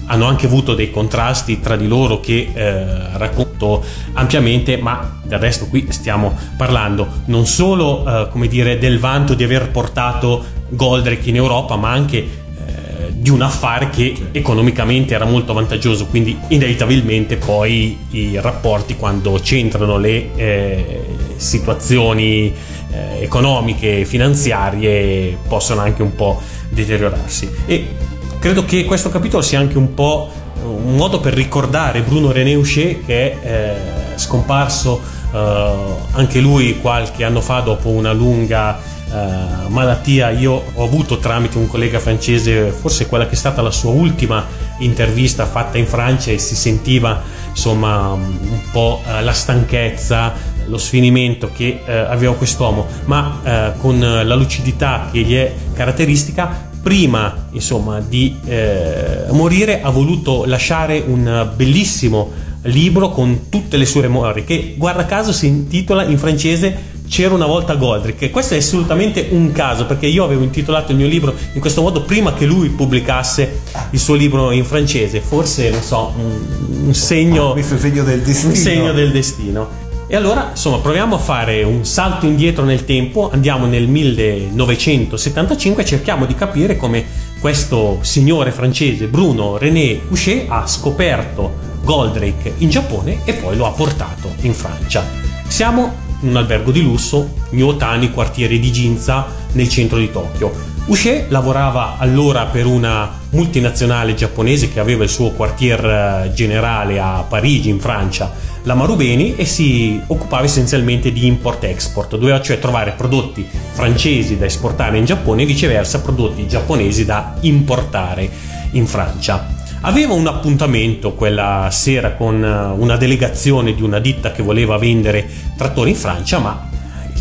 hanno anche avuto dei contrasti tra di loro che eh, racconto ampiamente, ma del resto qui stiamo parlando non solo eh, come dire del vanto di aver portato Goldrake in Europa, ma anche eh, di un affare che economicamente era molto vantaggioso, quindi inevitabilmente poi i rapporti, quando c'entrano le eh, situazioni eh, economiche e finanziarie, possono anche un po' deteriorarsi. E credo che questo capitolo sia anche un po' un modo per ricordare Bruno René Houchet, che è eh, scomparso eh, anche lui qualche anno fa dopo una lunga eh, malattia. Io ho avuto, tramite un collega francese, forse quella che è stata la sua ultima intervista fatta in Francia, e si sentiva insomma un po' eh, la stanchezza, lo sfinimento che eh, aveva quest'uomo, ma eh, con la lucidità che gli è caratteristica, prima insomma di eh, morire ha voluto lasciare un bellissimo libro con tutte le sue memorie, che guarda caso si intitola in francese C'era una volta Goldrake. Questo è assolutamente un caso, perché io avevo intitolato il mio libro in questo modo prima che lui pubblicasse il suo libro in francese. Forse, non so, un, un segno, questo è un segno del destino. Un segno del destino. E allora, insomma, proviamo a fare un salto indietro nel tempo, andiamo nel millenovecentosettantacinque e cerchiamo di capire come questo signore francese, Bruno René Houchet, ha scoperto Goldrake in Giappone e poi lo ha portato in Francia. Siamo in un albergo di lusso, Nyōtani, quartiere di Ginza, nel centro di Tokyo. Houchet lavorava allora per una multinazionale giapponese che aveva il suo quartier generale a Parigi, in Francia, la Marubeni, e si occupava essenzialmente di import-export. Doveva cioè trovare prodotti francesi da esportare in Giappone e viceversa prodotti giapponesi da importare in Francia. Aveva un appuntamento quella sera con una delegazione di una ditta che voleva vendere trattori in Francia, ma il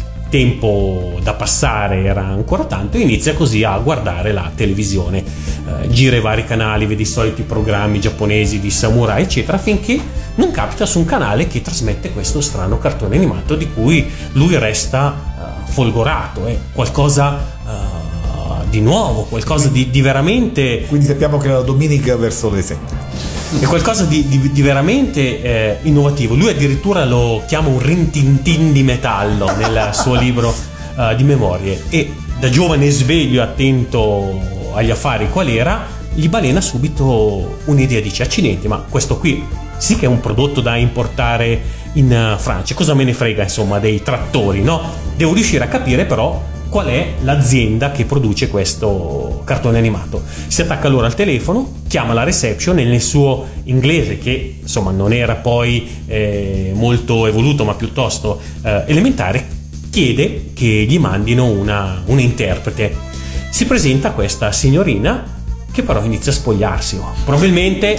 tempo da passare era ancora tanto e inizia così a guardare la televisione. Eh, gira i vari canali, vede i soliti programmi giapponesi di samurai eccetera, finché non capita su un canale che trasmette questo strano cartone animato di cui lui resta uh, folgorato. È qualcosa uh, di nuovo, qualcosa di, di veramente... Quindi sappiamo che è la domenica verso le sette. È qualcosa di, di, di veramente eh, innovativo. Lui addirittura lo chiama un rintintin di metallo nel suo libro uh, di memorie, e da giovane sveglio, attento agli affari qual era, gli balena subito un'idea. Dice: accidenti, ma questo qui sì che è un prodotto da importare in Francia, cosa me ne frega insomma dei trattori, no? Devo riuscire a capire però qual è l'azienda che produce questo cartone animato. Si attacca allora al telefono, chiama la reception e nel suo inglese, che insomma non era poi eh, molto evoluto ma piuttosto eh, elementare, chiede che gli mandino una, una interprete. Si presenta questa signorina che però inizia a spogliarsi. Oh, probabilmente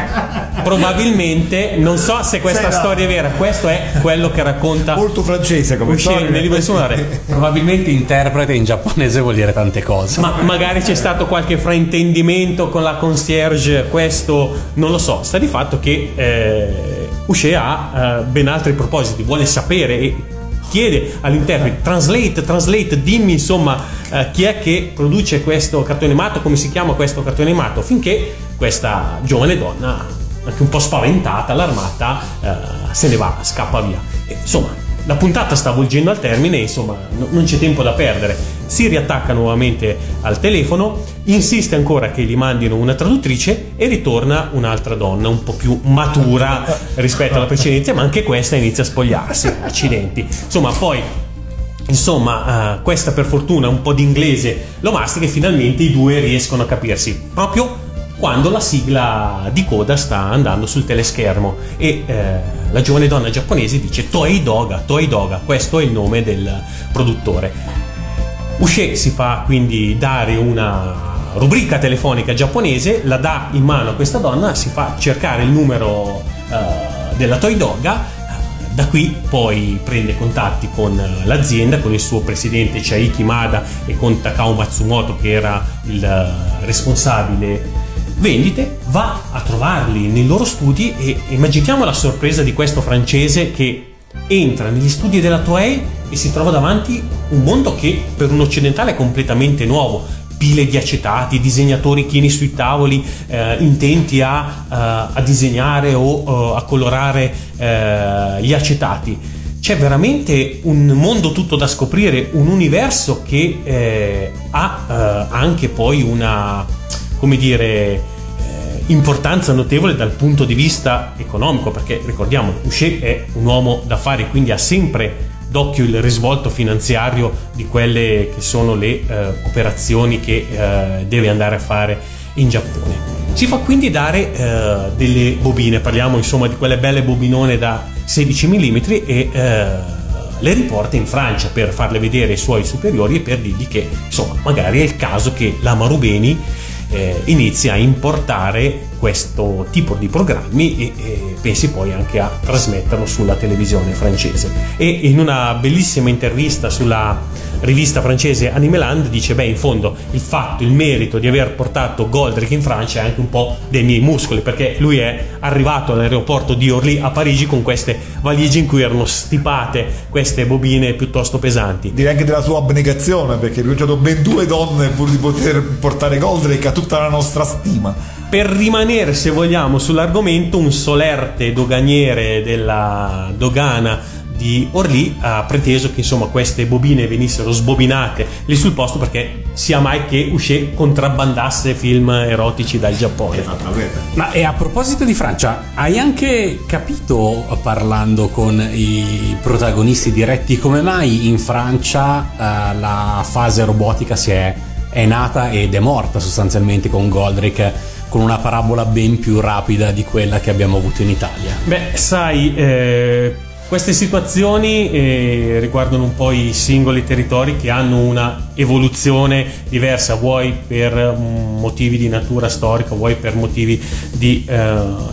probabilmente non so se questa Sei storia è vera, questo è quello che racconta molto francese come storia nel libro di suonare. Probabilmente interprete in giapponese vuol dire tante cose, ma magari c'è stato qualche fraintendimento con la concierge, questo non lo so. Sta di fatto che eh, Houchet ha eh, ben altri propositi, vuole sapere e chiede all'interprete: translate, translate, dimmi insomma eh, chi è che produce questo cartone animato, come si chiama questo cartone animato, finché questa giovane donna, anche un po' spaventata, allarmata, eh, se ne va, scappa via. E, insomma, la puntata sta volgendo al termine, insomma no, non c'è tempo da perdere. Si riattacca nuovamente al telefono, insiste ancora che gli mandino una traduttrice e ritorna un'altra donna un po' più matura rispetto alla precedente, ma anche questa inizia a spogliarsi. Accidenti. Insomma, poi insomma uh, questa per fortuna un po' di inglese lo mastica e finalmente i due riescono a capirsi, proprio quando la sigla di coda sta andando sul teleschermo e eh, la giovane donna giapponese dice Toei Doga, Toei Doga, questo è il nome del produttore. Houchet si fa quindi dare una rubrica telefonica giapponese, la dà in mano a questa donna, si fa cercare il numero eh, della Toei Doga. Da qui poi prende contatti con l'azienda, con il suo presidente Chaiki Mada e con Takao Matsumoto, che era il responsabile vendite. Va a trovarli nei loro studi e immaginiamo la sorpresa di questo francese che entra negli studi della Toei e si trova davanti un mondo che per un occidentale è completamente nuovo, pile di acetati, disegnatori chini sui tavoli eh, intenti a, uh, a disegnare o uh, a colorare uh, gli acetati. C'è veramente un mondo tutto da scoprire, un universo che eh, ha uh, anche poi una, come dire, importanza notevole dal punto di vista economico, perché ricordiamo, Huchet è un uomo d'affari, quindi ha sempre d'occhio il risvolto finanziario di quelle che sono le eh, operazioni che eh, deve andare a fare in Giappone. Si fa quindi dare eh, delle bobine, parliamo insomma di quelle belle bobinone da sedici millimetri, e eh, le riporta in Francia per farle vedere ai suoi superiori e per dirgli che insomma magari è il caso che la Marubeni Eh, inizia a importare questo tipo di programmi e, e pensi poi anche a trasmetterlo sulla televisione francese. E in una bellissima intervista sulla rivista francese Animeland dice: beh, in fondo il fatto, il merito di aver portato Goldrake in Francia è anche un po' dei miei muscoli, perché lui è arrivato all'aeroporto di Orly a Parigi con queste valigie in cui erano stipate queste bobine piuttosto pesanti. Direi anche della sua abnegazione, perché lui ha ucciso ben due donne pur di poter portare Goldrake a tutta la nostra stima. Per rimanere, se vogliamo, sull'argomento, un solerte doganiere della dogana di Orly ha preteso che insomma queste bobine venissero sbobinate lì sul posto, perché sia mai che Huchet contrabbandasse film erotici dal Giappone. Ma e a proposito di Francia, hai anche capito, parlando con i protagonisti diretti, come mai in Francia uh, la fase robotica si è, è nata ed è morta sostanzialmente con Goldrake, con una parabola ben più rapida di quella che abbiamo avuto in Italia? Beh, sai, eh, queste situazioni eh, riguardano un po' i singoli territori che hanno una evoluzione diversa, vuoi per motivi di natura storica, vuoi per motivi di eh,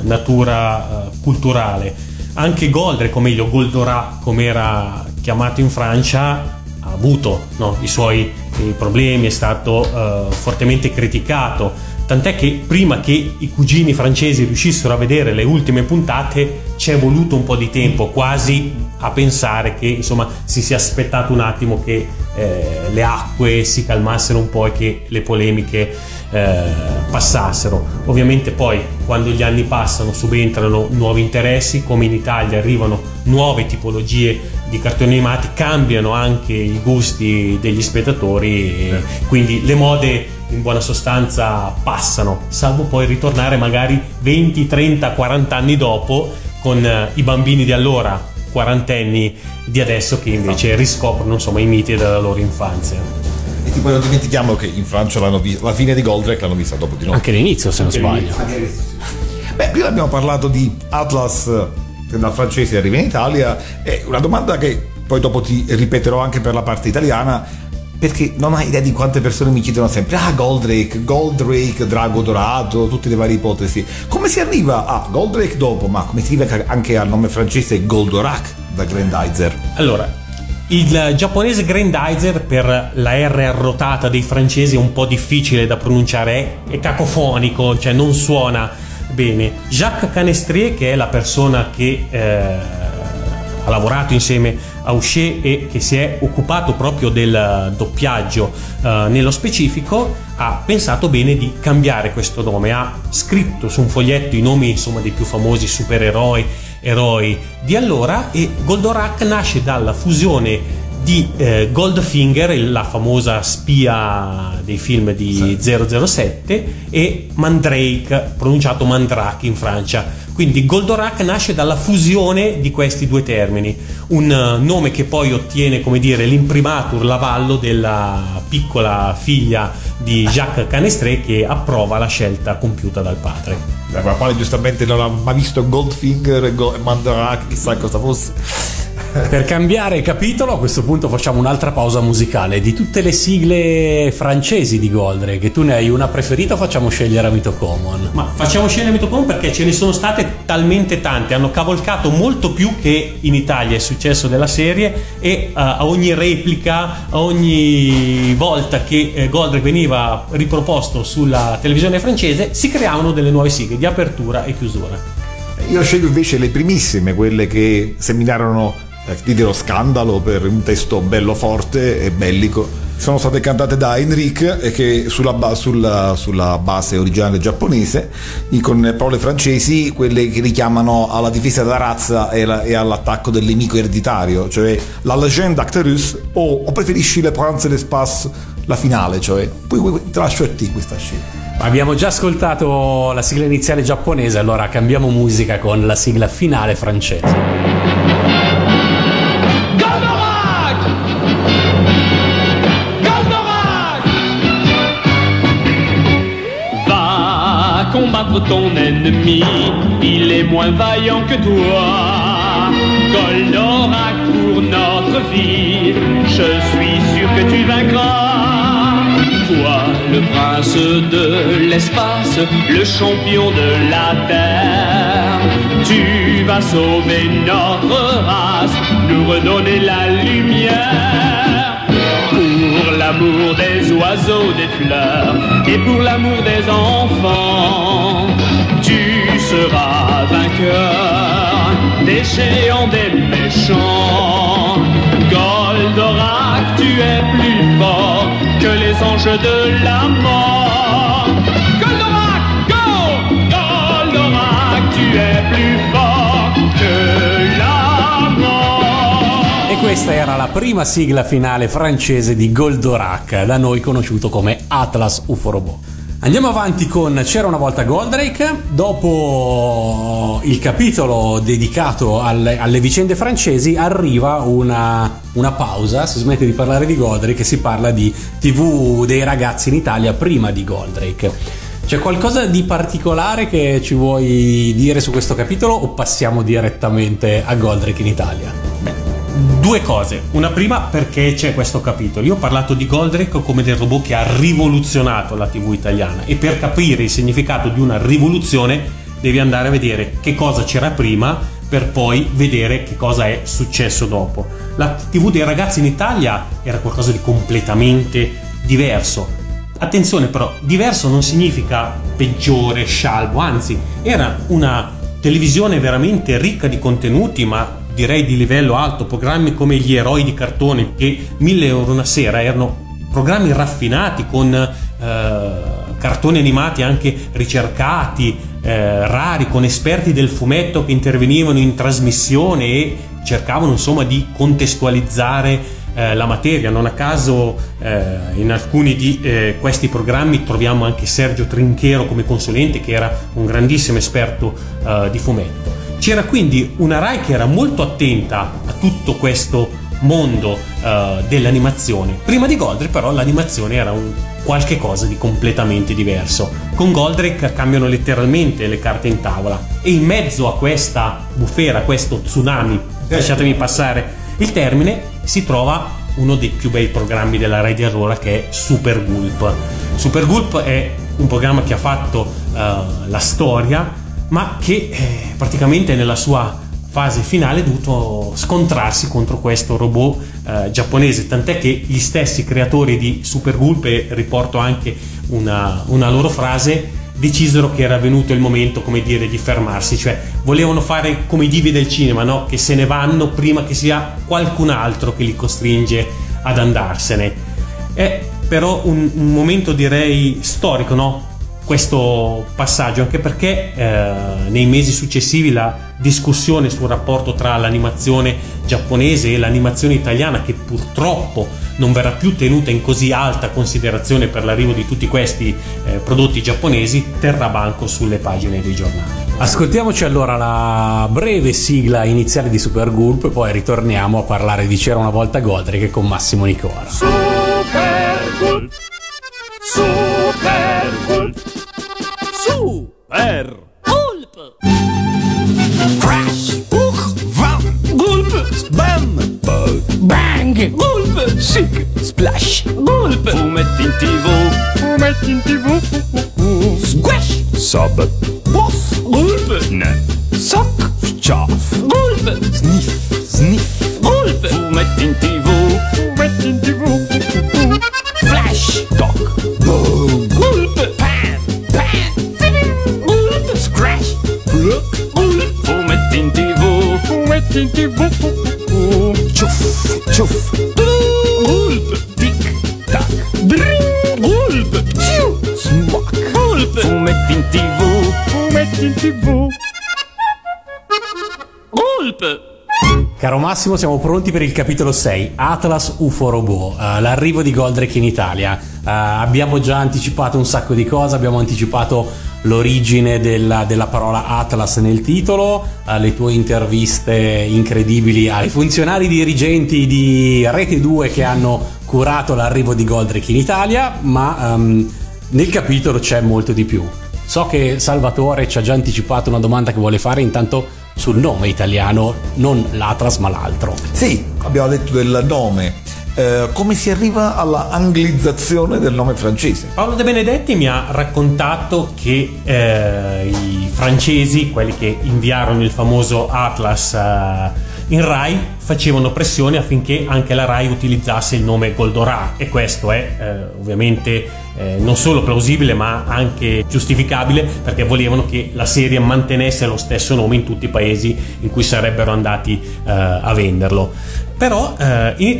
natura eh, culturale. Anche Goldrake, o meglio Goldorak, come era chiamato in Francia, ha avuto no, i suoi i problemi, è stato eh, fortemente criticato. Tant'è che prima che i cugini francesi riuscissero a vedere le ultime puntate ci è voluto un po' di tempo, quasi a pensare che insomma si sia aspettato un attimo che eh, le acque si calmassero un po' e che le polemiche eh, passassero. Ovviamente poi quando gli anni passano subentrano nuovi interessi, come in Italia arrivano nuove tipologie di cartoni animati, cambiano anche i gusti degli spettatori e quindi le mode in buona sostanza passano, salvo poi ritornare magari venti, trenta, quaranta anni dopo con eh, i bambini di allora, quarantenni di adesso, che invece riscoprono insomma i miti della loro infanzia. E tipo non dimentichiamo che in Francia l'hanno vista, la fine di Goldrake l'hanno vista dopo di noi. Anche l'inizio, se non sbaglio. Beh, prima abbiamo parlato di Atlas, che dal francese arriva in Italia, è una domanda che poi dopo ti ripeterò anche per la parte italiana, perché non hai idea di quante persone mi chiedono sempre: ah, Goldrake, Goldrake, Drago Dorato, tutte le varie ipotesi. Come si arriva a Goldrake dopo? Ma come si arriva anche al nome francese Goldorak da Grandizer? Allora, il giapponese Grandizer, per la R arrotata dei francesi, è un po' difficile da pronunciare, è, è cacofonico, cioè non suona bene. Jacques Canestrier, che è la persona che eh, ha lavorato insieme a Huchet e che si è occupato proprio del doppiaggio eh, nello specifico, ha pensato bene di cambiare questo nome. Ha scritto su un foglietto i nomi insomma dei più famosi supereroi, eroi di allora, e Goldorak nasce dalla fusione di eh, Goldfinger, la famosa spia dei film di zero zero sette, e Mandrake, pronunciato Mandrake in Francia. Quindi Goldorak nasce dalla fusione di questi due termini, un uh, nome che poi ottiene, come dire, l'imprimatur, l'avallo della piccola figlia di Jacques Canestrier, che approva la scelta compiuta dal padre. La quale giustamente non ha mai visto Goldfinger e Go- Mandrake, chissà cosa fosse. Per cambiare capitolo, a questo punto facciamo un'altra pausa musicale. Di tutte le sigle francesi di Goldrake, che tu ne hai una preferita, o facciamo scegliere Amito Common? Ma facciamo scegliere Amito Common perché ce ne sono state talmente tante, hanno cavalcato molto più che in Italia è successo della serie, e uh, a ogni replica, a ogni volta che eh, Goldrake veniva riproposto sulla televisione francese, si creavano delle nuove sigle di apertura e chiusura. Io scelgo invece le primissime, quelle che seminarono eh, diedero scandalo per un testo bello forte e bellico, sono state cantate da Enrique e che sulla, ba- sulla, sulla base originale giapponese, con parole francesi, quelle che richiamano alla difesa della razza e, la, e all'attacco del nemico ereditario, cioè la legende Actarus o, o preferisci le Prince de l'espace, la finale, cioè poi, poi te lascio a te questa scelta. Abbiamo già ascoltato la sigla iniziale giapponese, allora cambiamo musica con la sigla finale francese. Combattre ton ennemi, il est moins vaillant que toi. Goldorak pour notre vie, je suis sûr que tu vaincras. Toi, le prince de l'espace, le champion de la terre, tu vas sauver notre race, nous redonner la lumière. Pour l'amour des oiseaux, des fleurs et pour l'amour des enfants, tu seras vainqueur des géants, des méchants. Goldorak, tu es plus fort que les anges de la mort. Goldorak, go! Goldorak, tu es plus fort que la mort. E questa era la prima sigla finale francese di Goldorak, da noi conosciuto come Atlas U F O Robot. Andiamo avanti con C'era una volta Goldrake. Dopo il capitolo dedicato alle, alle vicende francesi arriva una, una pausa, si smette di parlare di Goldrake e si parla di tivù dei ragazzi in Italia prima di Goldrake. C'è qualcosa di particolare che ci vuoi dire su questo capitolo o passiamo direttamente a Goldrake in Italia? Due cose. Una prima, perché c'è questo capitolo. Io ho parlato di Goldrake come del robot che ha rivoluzionato la tivù italiana, e per capire il significato di una rivoluzione devi andare a vedere che cosa c'era prima per poi vedere che cosa è successo dopo. La tivù dei ragazzi in Italia era qualcosa di completamente diverso. Attenzione però, diverso non significa peggiore, scialbo, anzi era una televisione veramente ricca di contenuti, ma direi di livello alto. Programmi come Gli eroi di cartone e Mille euro una sera erano programmi raffinati con eh, cartoni animati anche ricercati, eh, rari, con esperti del fumetto che intervenivano in trasmissione e cercavano insomma di contestualizzare eh, la materia. Non a caso eh, in alcuni di eh, questi programmi troviamo anche Sergio Trinchero come consulente, che era un grandissimo esperto eh, di fumetto. C'era quindi una Rai che era molto attenta a tutto questo mondo uh, dell'animazione. Prima di Goldrake però l'animazione era un qualche cosa di completamente diverso. Con Goldrake cambiano letteralmente le carte in tavola e in mezzo a questa bufera, a questo tsunami, lasciatemi passare il termine, si trova uno dei più bei programmi della Rai di allora, che è Super Gulp. Super Gulp è un programma che ha fatto uh, la storia, ma che eh, praticamente nella sua fase finale è dovuto scontrarsi contro questo robot eh, giapponese, tant'è che gli stessi creatori di Super Gulp, e riporto anche una, una loro frase, decisero che era venuto il momento, come dire, di fermarsi, cioè volevano fare come i divi del cinema, no? Che se ne vanno prima che sia qualcun altro che li costringe ad andarsene. È però un, un momento, direi, storico, no? Questo passaggio, anche perché eh, nei mesi successivi la discussione sul rapporto tra l'animazione giapponese e l'animazione italiana, che purtroppo non verrà più tenuta in così alta considerazione per l'arrivo di tutti questi eh, prodotti giapponesi, terrà banco sulle pagine dei giornali. Ascoltiamoci allora la breve sigla iniziale di Super Gulp e poi ritorniamo a parlare di C'era una volta Goldrake con Massimo Nicora. Super Gulp, Super Gulp, Super Gulp. Crash, Hook, Vam, Gulp, Bam, Bug, Bang, Gulp, Sick, Splash, Gulp. Fumetti in tv, fumetti in tv, Squash, Sub, Puff, Gulp, Snap, Sock, Chaff, Gulp, Sniff, Sniff, Gulp. Fumetti in tv, fumetti in tv, Flash, Doc, Boom, Gulp, Pan, Pan, Gulp, Scratch, Pluck, Gulp. Fumetti in tv, fumetti in tv, Ciuff, Ciuff, Gulp, Tic, Caro Massimo, siamo pronti per il capitolo sei, Atlas U F O Robot, uh, l'arrivo di Goldrake in Italia. Uh, abbiamo già anticipato un sacco di cose, abbiamo anticipato l'origine della, della parola Atlas nel titolo, uh, le tue interviste incredibili ai funzionari dirigenti di Rete due che hanno curato l'arrivo di Goldrake in Italia, ma um, nel capitolo c'è molto di più. So che Salvatore ci ha già anticipato una domanda che vuole fare, intanto sul nome italiano, non l'Atlas ma l'altro. Sì, abbiamo detto del nome. Eh, come si arriva alla anglizzazione del nome francese? Paolo De Benedetti mi ha raccontato che eh, i francesi, quelli che inviarono il famoso Atlas eh, in Rai, facevano pressione affinché anche la Rai utilizzasse il nome Goldorak, e questo è eh, ovviamente eh, non solo plausibile ma anche giustificabile, perché volevano che la serie mantenesse lo stesso nome in tutti i paesi in cui sarebbero andati eh, a venderlo. Però eh, in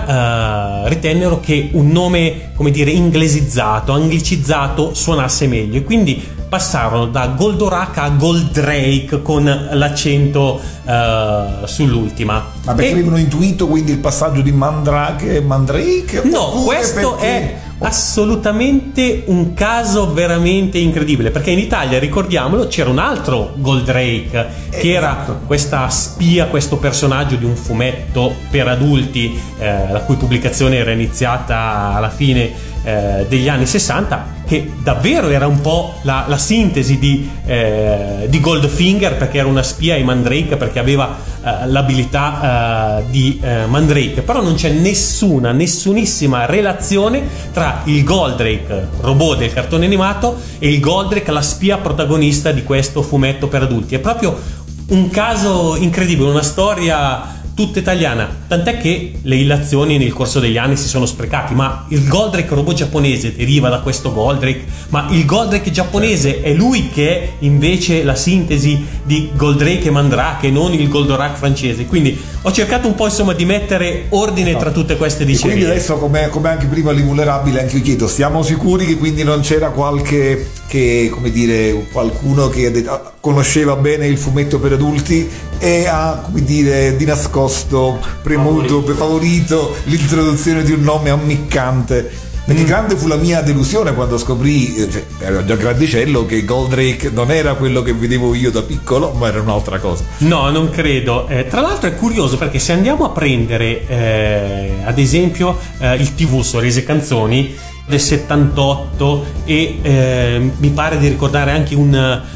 Italia eh, ritennero che un nome, come dire, inglesizzato, anglicizzato suonasse meglio, e quindi passarono da Goldorak a Goldrake con l'accento eh, sull'ultima. Ma perché e... avevano intuito quindi il passaggio di Mandrake e Mandrake? No, questo perché... è assolutamente un caso veramente incredibile, perché in Italia, ricordiamolo, c'era un altro Goldrake che era esatto. questa spia, questo personaggio di un fumetto per adulti eh, la cui pubblicazione era iniziata alla fine eh, degli anni sessanta, che davvero era un po' la, la sintesi di, eh, di Goldfinger, perché era una spia, e Mandrake perché aveva eh, l'abilità eh, di eh, Mandrake. Però non c'è nessuna, nessunissima relazione tra il Goldrake robot del cartone animato e il Goldrake, la spia protagonista di questo fumetto per adulti. È proprio un caso incredibile, una storia tutta italiana, tant'è che le illazioni nel corso degli anni si sono sprecati. Ma il Goldrake robot giapponese deriva da questo Goldrake, ma il Goldrake giapponese è lui che è invece la sintesi di Goldrake e Mandrake, non il Goldorak francese. Quindi ho cercato un po' insomma di mettere ordine no. tra tutte queste E dicerie. quindi adesso, come, come anche prima l'Invulnerabile, anche io chiedo, siamo sicuri che quindi non c'era qualche, che, come dire, qualcuno che ha detto, conosceva bene il fumetto per adulti e ha, come dire, di nascosto premuto, favorito, favorito l'introduzione di un nome ammiccante? Perché mm. grande fu la mia delusione quando scoprì, cioè, ero già grandicello, che Goldrake non era quello che vedevo io da piccolo, ma era un'altra cosa. No, non credo. Eh, tra l'altro è curioso, perché se andiamo a prendere eh, ad esempio eh, il tivù Sorrisi e Canzoni del settantotto, e eh, mi pare di ricordare anche un,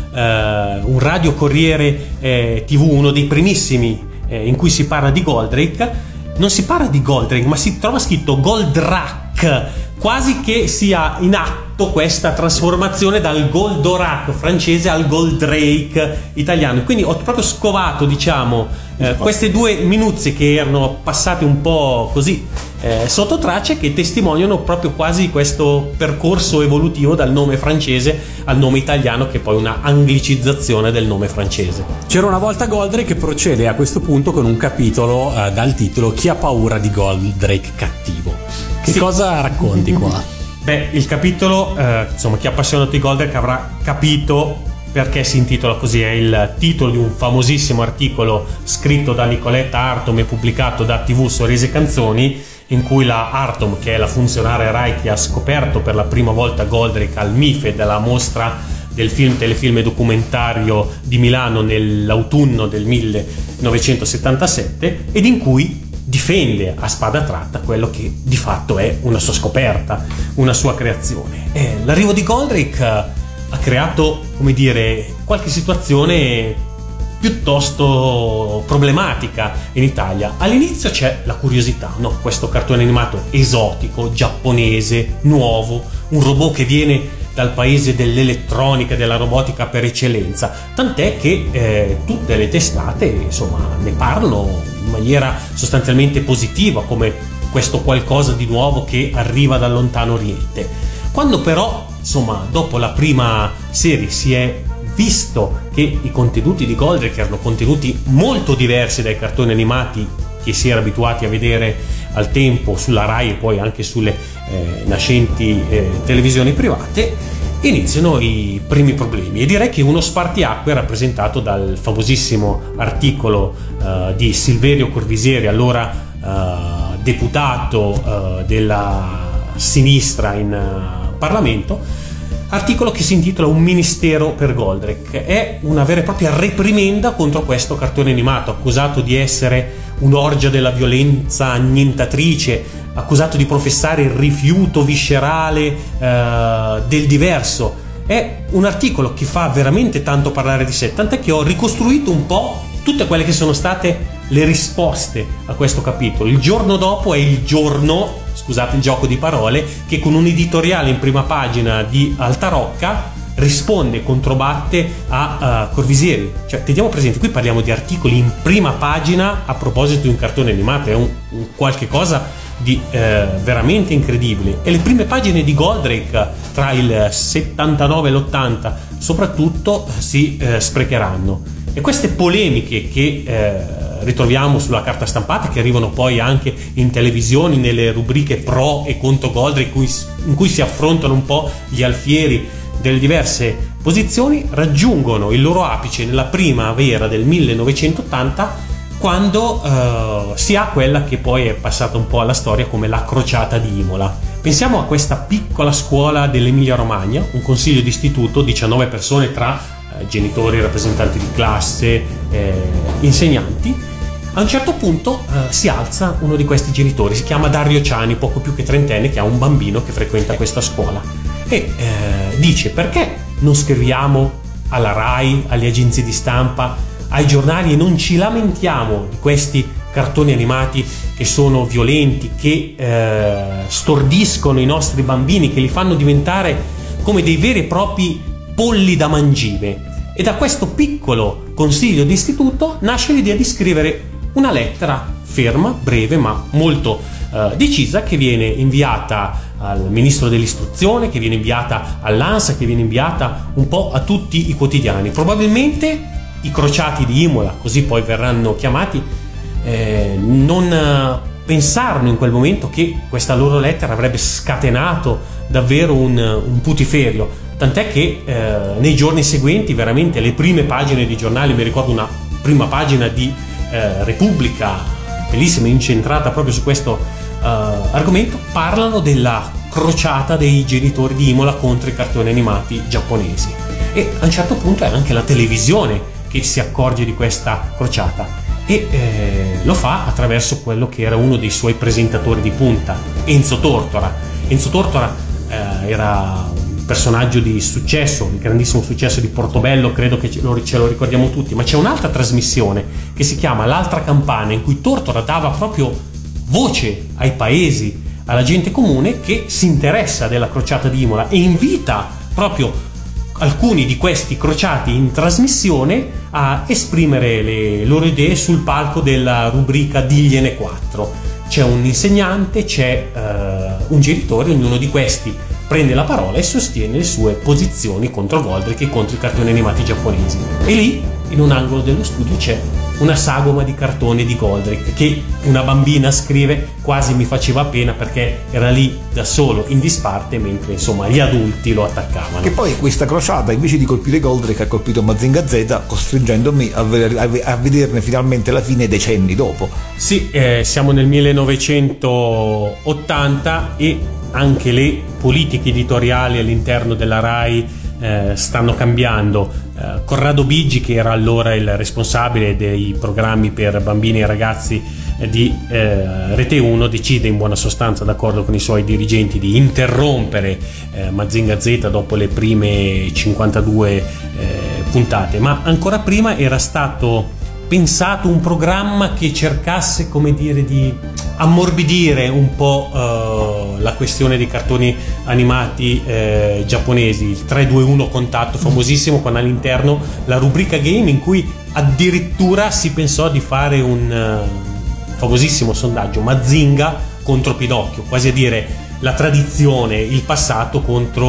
eh, un Radio Corriere eh, tivù, uno dei primissimi eh, in cui si parla di Goldrake, non si parla di Goldrake ma si trova scritto Goldrack, quasi che sia in atto questa trasformazione dal Goldorak francese al Goldrake italiano. Quindi ho proprio scovato, diciamo, eh, queste due minuzie che erano passate un po' così eh, sotto tracce, che testimoniano proprio quasi questo percorso evolutivo dal nome francese al nome italiano, che è poi una anglicizzazione del nome francese. C'era una volta Goldrake, che procede a questo punto con un capitolo eh, dal titolo Chi ha paura di Goldrake cattivo. Che sì. Cosa racconti qua? Beh, il capitolo, eh, insomma, chi è appassionato di Goldrake avrà capito perché si intitola così. È il titolo di un famosissimo articolo scritto da Nicoletta Artom e pubblicato da tivù Sorrisi e Canzoni, in cui la Artom, che è la funzionaria Rai che ha scoperto per la prima volta Goldrake al M I F E, della mostra del film, telefilm e documentario di Milano nell'autunno del millenovecentosettantasette, ed in cui difende a spada tratta quello che di fatto è una sua scoperta, una sua creazione. E l'arrivo di Goldrake ha creato, come dire, qualche situazione piuttosto problematica in Italia. All'inizio c'è la curiosità, no? Questo cartone animato esotico, giapponese, nuovo, un robot che viene dal paese dell'elettronica e della robotica per eccellenza, tant'è che eh, tutte le testate insomma ne parlano in maniera sostanzialmente positiva, come questo qualcosa di nuovo che arriva dal lontano oriente. Quando però insomma dopo la prima serie si è visto che i contenuti di Goldrake erano contenuti molto diversi dai cartoni animati che si era abituati a vedere al tempo sulla Rai e poi anche sulle eh, nascenti eh, televisioni private, iniziano i primi problemi, e direi che uno spartiacque è rappresentato dal famosissimo articolo uh, di Silverio Corvisieri, allora uh, deputato uh, della sinistra in uh, Parlamento, articolo che si intitola Un ministero per Goldrake. È una vera e propria reprimenda contro questo cartone animato, accusato di essere un'orgia della violenza annientatrice, accusato di professare il rifiuto viscerale eh, del diverso. È un articolo che fa veramente tanto parlare di sé, tant'è che ho ricostruito un po' tutte quelle che sono state le risposte a questo capitolo. Il giorno dopo è il giorno, scusate il gioco di parole, che con un editoriale in prima pagina di Altarocca risponde, controbatte a uh, Corvisieri. Cioè, teniamo presente, qui parliamo di articoli in prima pagina a proposito di un cartone animato, è un, un qualche cosa di eh, veramente incredibile. E le prime pagine di Goldrake tra il settantanove e l'ottanta soprattutto si eh, sprecheranno, e queste polemiche che eh, ritroviamo sulla carta stampata, che arrivano poi anche in televisione nelle rubriche pro e contro Goldrake, in cui si affrontano un po' gli alfieri delle diverse posizioni, raggiungono il loro apice nella primavera del millenovecentottanta, quando uh, si ha quella che poi è passata un po' alla storia come la crociata di Imola. Pensiamo a questa piccola scuola dell'Emilia Romagna, un consiglio d'istituto, diciannove persone tra uh, genitori, rappresentanti di classe, eh, insegnanti. A un certo punto uh, si alza uno di questi genitori, si chiama Dario Ciani, poco più che trentenne, che ha un bambino che frequenta questa scuola, e eh, dice: perché non scriviamo alla RAI, alle agenzie di stampa, ai giornali, e non ci lamentiamo di questi cartoni animati che sono violenti, che eh, stordiscono i nostri bambini, che li fanno diventare come dei veri e propri polli da mangime. E da questo piccolo consiglio d'istituto nasce l'idea di scrivere una lettera ferma, breve ma molto eh, decisa, che viene inviata al ministro dell'istruzione, che viene inviata all'ANSA, che viene inviata un po' a tutti i quotidiani. Probabilmente i crociati di Imola, così poi verranno chiamati, eh, non pensarono in quel momento che questa loro lettera avrebbe scatenato davvero un, un putiferio, tant'è che eh, nei giorni seguenti veramente le prime pagine di giornali, mi ricordo una prima pagina di eh, Repubblica bellissima, incentrata proprio su questo eh, argomento, parlano della crociata dei genitori di Imola contro i cartoni animati giapponesi. E a un certo punto è anche la televisione che si accorge di questa crociata, e eh, lo fa attraverso quello che era uno dei suoi presentatori di punta, Enzo Tortora. Enzo Tortora eh, era un personaggio di successo, di grandissimo successo di Portobello, credo che ce lo, ce lo ricordiamo tutti, ma c'è un'altra trasmissione che si chiama L'altra campana, in cui Tortora dava proprio voce ai paesi, alla gente comune che si interessa della crociata di Imola, e invita proprio alcuni di questi crociati in trasmissione a esprimere le loro idee sul palco della rubrica Digliene quattro. C'è un insegnante, c'è uh, un genitore, ognuno di questi prende la parola e sostiene le sue posizioni contro Goldrake e contro i cartoni animati giapponesi. E lì, in un angolo dello studio, c'è una sagoma di cartone di Goldrake che una bambina scrive: quasi mi faceva pena perché era lì da solo in disparte mentre insomma gli adulti lo attaccavano. Che poi questa crociata, invece di colpire Goldrake, ha colpito Mazinga Z, costringendomi a, ver- a vederne finalmente la fine decenni dopo. Sì, eh, siamo nel millenovecentottanta e anche le politiche editoriali all'interno della RAI eh, stanno cambiando. eh, Corrado Bigi, che era allora il responsabile dei programmi per bambini e ragazzi eh, di eh, Rete uno, decide in buona sostanza, d'accordo con i suoi dirigenti, di interrompere eh, Mazinga Z dopo le prime cinquantadue eh, puntate. Ma ancora prima era stato pensato un programma che cercasse, come dire, di ammorbidire un po' uh, la questione dei cartoni animati eh, giapponesi, il tre due uno Contatto, famosissimo, con all'interno la rubrica game, in cui addirittura si pensò di fare un uh, famosissimo sondaggio Mazinga contro Pinocchio, quasi a dire la tradizione, il passato contro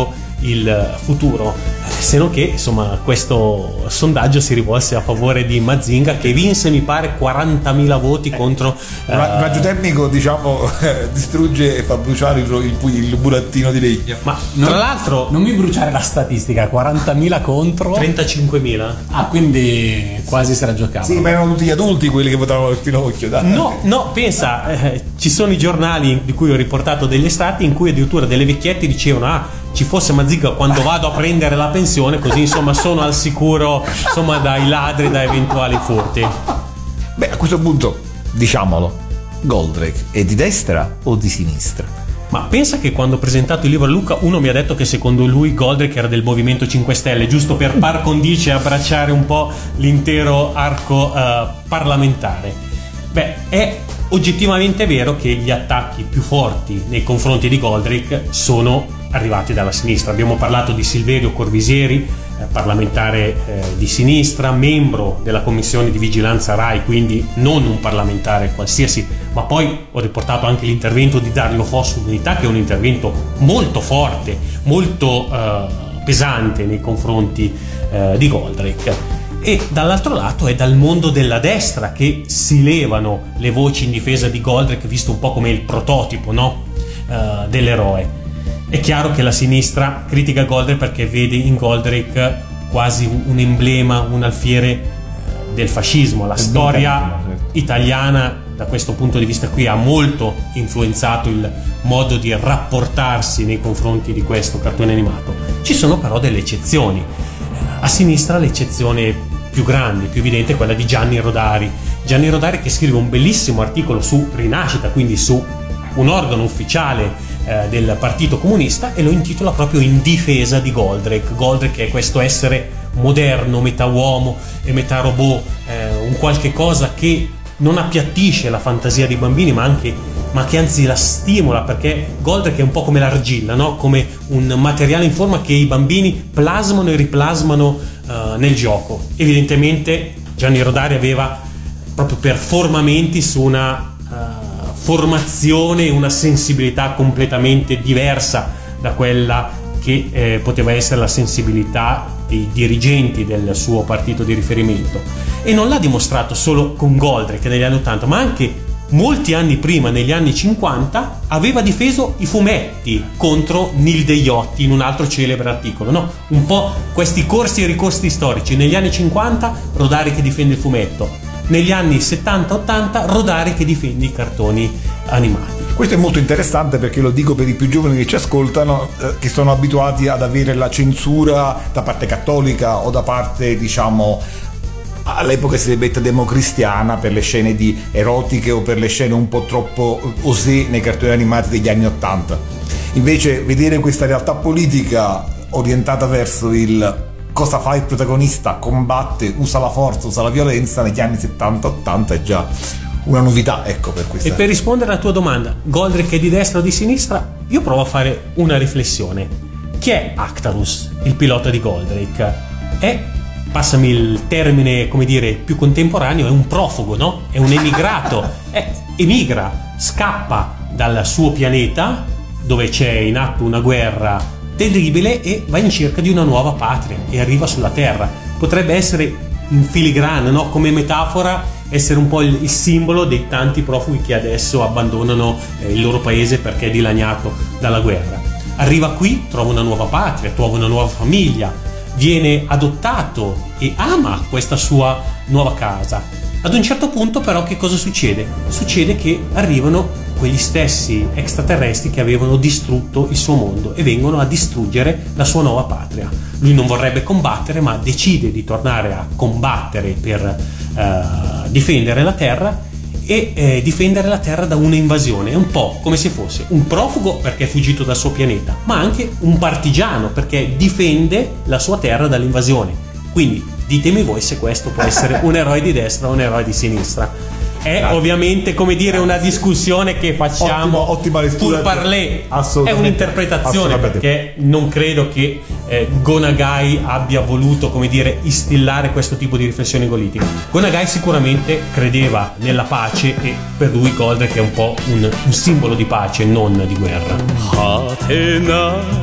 il futuro, se non che insomma questo sondaggio si rivolse a favore di Mazinga, che vinse mi pare quarantamila voti contro un raggio termico, diciamo, distrugge e fa bruciare il, il, il burattino di legno. ma Non- tra l'altro Non mi bruciare la statistica, quarantamila contro. trentacinquemila. Ah, quindi quasi se la giocava. Sì, ma erano tutti gli adulti quelli che votavano il Pinocchio, dai. No, no, pensa, eh, ci sono i giornali di cui ho riportato degli estratti in cui addirittura delle vecchiette dicevano: ah, ci fosse Mazinga quando vado a prendere la pensione, così insomma sono al sicuro, insomma, dai ladri, da eventuali furti. Beh, a questo punto, diciamolo, Goldrake è di destra o di sinistra? Ma pensa che quando ho presentato il libro a Luca, uno mi ha detto che secondo lui Goldrake era del Movimento cinque Stelle, giusto per par condicio e abbracciare un po' l'intero arco eh, parlamentare. Beh, è oggettivamente vero che gli attacchi più forti nei confronti di Goldrake sono arrivati dalla sinistra. Abbiamo parlato di Silverio Corvisieri, eh, parlamentare eh, di sinistra, membro della commissione di vigilanza RAI, quindi non un parlamentare qualsiasi, ma poi ho riportato anche l'intervento di Dario Fo sull'Unità, che è un intervento molto forte, molto eh, pesante nei confronti eh, di Goldrake. E dall'altro lato è dal mondo della destra che si levano le voci in difesa di Goldrake, visto un po' come il prototipo, no? uh, dell'eroe. È chiaro che la sinistra critica Goldrake perché vede in Goldrake quasi un, un emblema, un alfiere uh, del fascismo. La storia italiana da questo punto di vista qui ha molto influenzato il modo di rapportarsi nei confronti di questo cartone animato. Ci sono però delle eccezioni. A sinistra l'eccezione più grande, più evidente è quella di Gianni Rodari. Gianni Rodari che scrive un bellissimo articolo su Rinascita, quindi su un organo ufficiale eh, del Partito Comunista, e lo intitola proprio In difesa di Goldrake. Goldrake è questo essere moderno, metà uomo e metà robot, eh, un qualche cosa che non appiattisce la fantasia dei bambini, ma anche ma che anzi la stimola, perché Goldrake è un po' come l'argilla, no? Come un materiale in forma che i bambini plasmano e riplasmano uh, nel gioco. Evidentemente Gianni Rodari aveva proprio per formamenti su una uh, formazione, una sensibilità completamente diversa da quella che eh, poteva essere la sensibilità dei dirigenti del suo partito di riferimento, e non l'ha dimostrato solo con Goldrake negli anni ottanta, ma anche molti anni prima, negli anni cinquanta, aveva difeso i fumetti contro Nil Deiotti in un altro celebre articolo, no? Un po' questi corsi e ricorsi storici. Negli anni cinquanta Rodari che difende il fumetto, negli anni settanta ottanta Rodari che difende i cartoni animati. Questo è molto interessante perché lo dico per i più giovani che ci ascoltano, eh, che sono abituati ad avere la censura da parte cattolica o da parte, diciamo, all'epoca si detta democristiana, per le scene di erotiche o per le scene un po' troppo osè nei cartoni animati degli anni ottanta. Invece vedere questa realtà politica orientata verso il cosa fa il protagonista, combatte, usa la forza, usa la violenza negli anni settanta ottanta è già una novità, ecco, per questa. E per rispondere alla tua domanda, Goldrake è di destra o di sinistra? Io provo a fare una riflessione. Chi è Actarus, il pilota di Goldrake? È, passami il termine, come dire, più contemporaneo, è un profugo, no? È un emigrato, è, emigra, scappa dal suo pianeta dove c'è in atto una guerra terribile e va in cerca di una nuova patria e arriva sulla Terra. Potrebbe essere in filigrana, no? Come metafora, essere un po' il, il simbolo dei tanti profughi che adesso abbandonano eh, il loro paese perché è dilaniato dalla guerra. Arriva qui, trova una nuova patria, trova una nuova famiglia, viene adottato e ama questa sua nuova casa. Ad un certo punto però che cosa succede? Succede che arrivano quegli stessi extraterrestri che avevano distrutto il suo mondo e vengono a distruggere la sua nuova patria. Lui non vorrebbe combattere, ma decide di tornare a combattere per eh, difendere la Terra e eh, difendere la Terra da un'invasione. È un po' come se fosse un profugo perché è fuggito dal suo pianeta, ma anche un partigiano perché difende la sua terra dall'invasione. Quindi ditemi voi se questo può essere un eroe di destra o un eroe di sinistra. È Grazie. Ovviamente, come dire, una discussione che facciamo ottima, ottima lettura, pour parler. assolutamente, è un'interpretazione, assolutamente. perché non credo che eh, Gonagai abbia voluto, come dire, instillare questo tipo di riflessione politica. Gonagai sicuramente credeva nella pace e per lui Goldrake è un po' un, un simbolo di pace, non di guerra.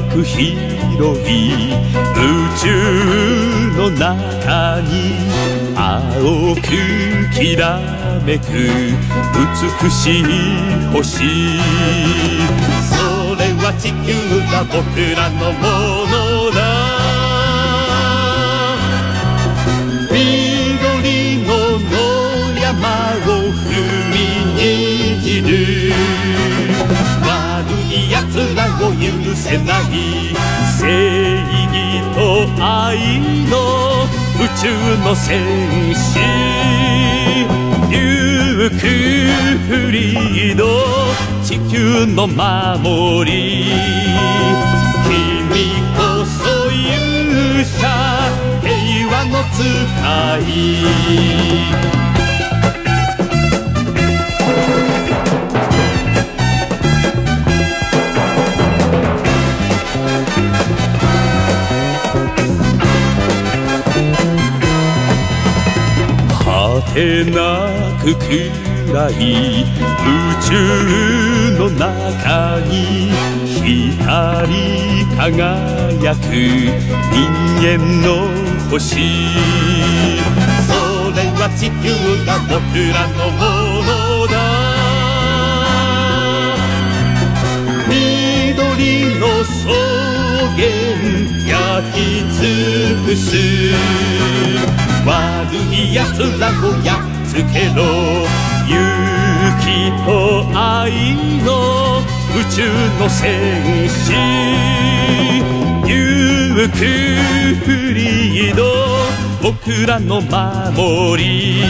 く広い宇宙の中に青くきらめく美しい星、それは地球が僕らのものだ。緑の野山を踏みにじる悪い奴らを許せない正義と愛の宇宙の戦士、ゆっくりの地球の守り、君こそ勇者平和の使い。果てなく暗い宇宙の中に光り輝く人間の星、それは地球が僕らのものだ。緑の草原焼き尽くす悪い奴らをやっつけろ、勇気と愛の宇宙の戦士、ゆっくりの僕らの守り、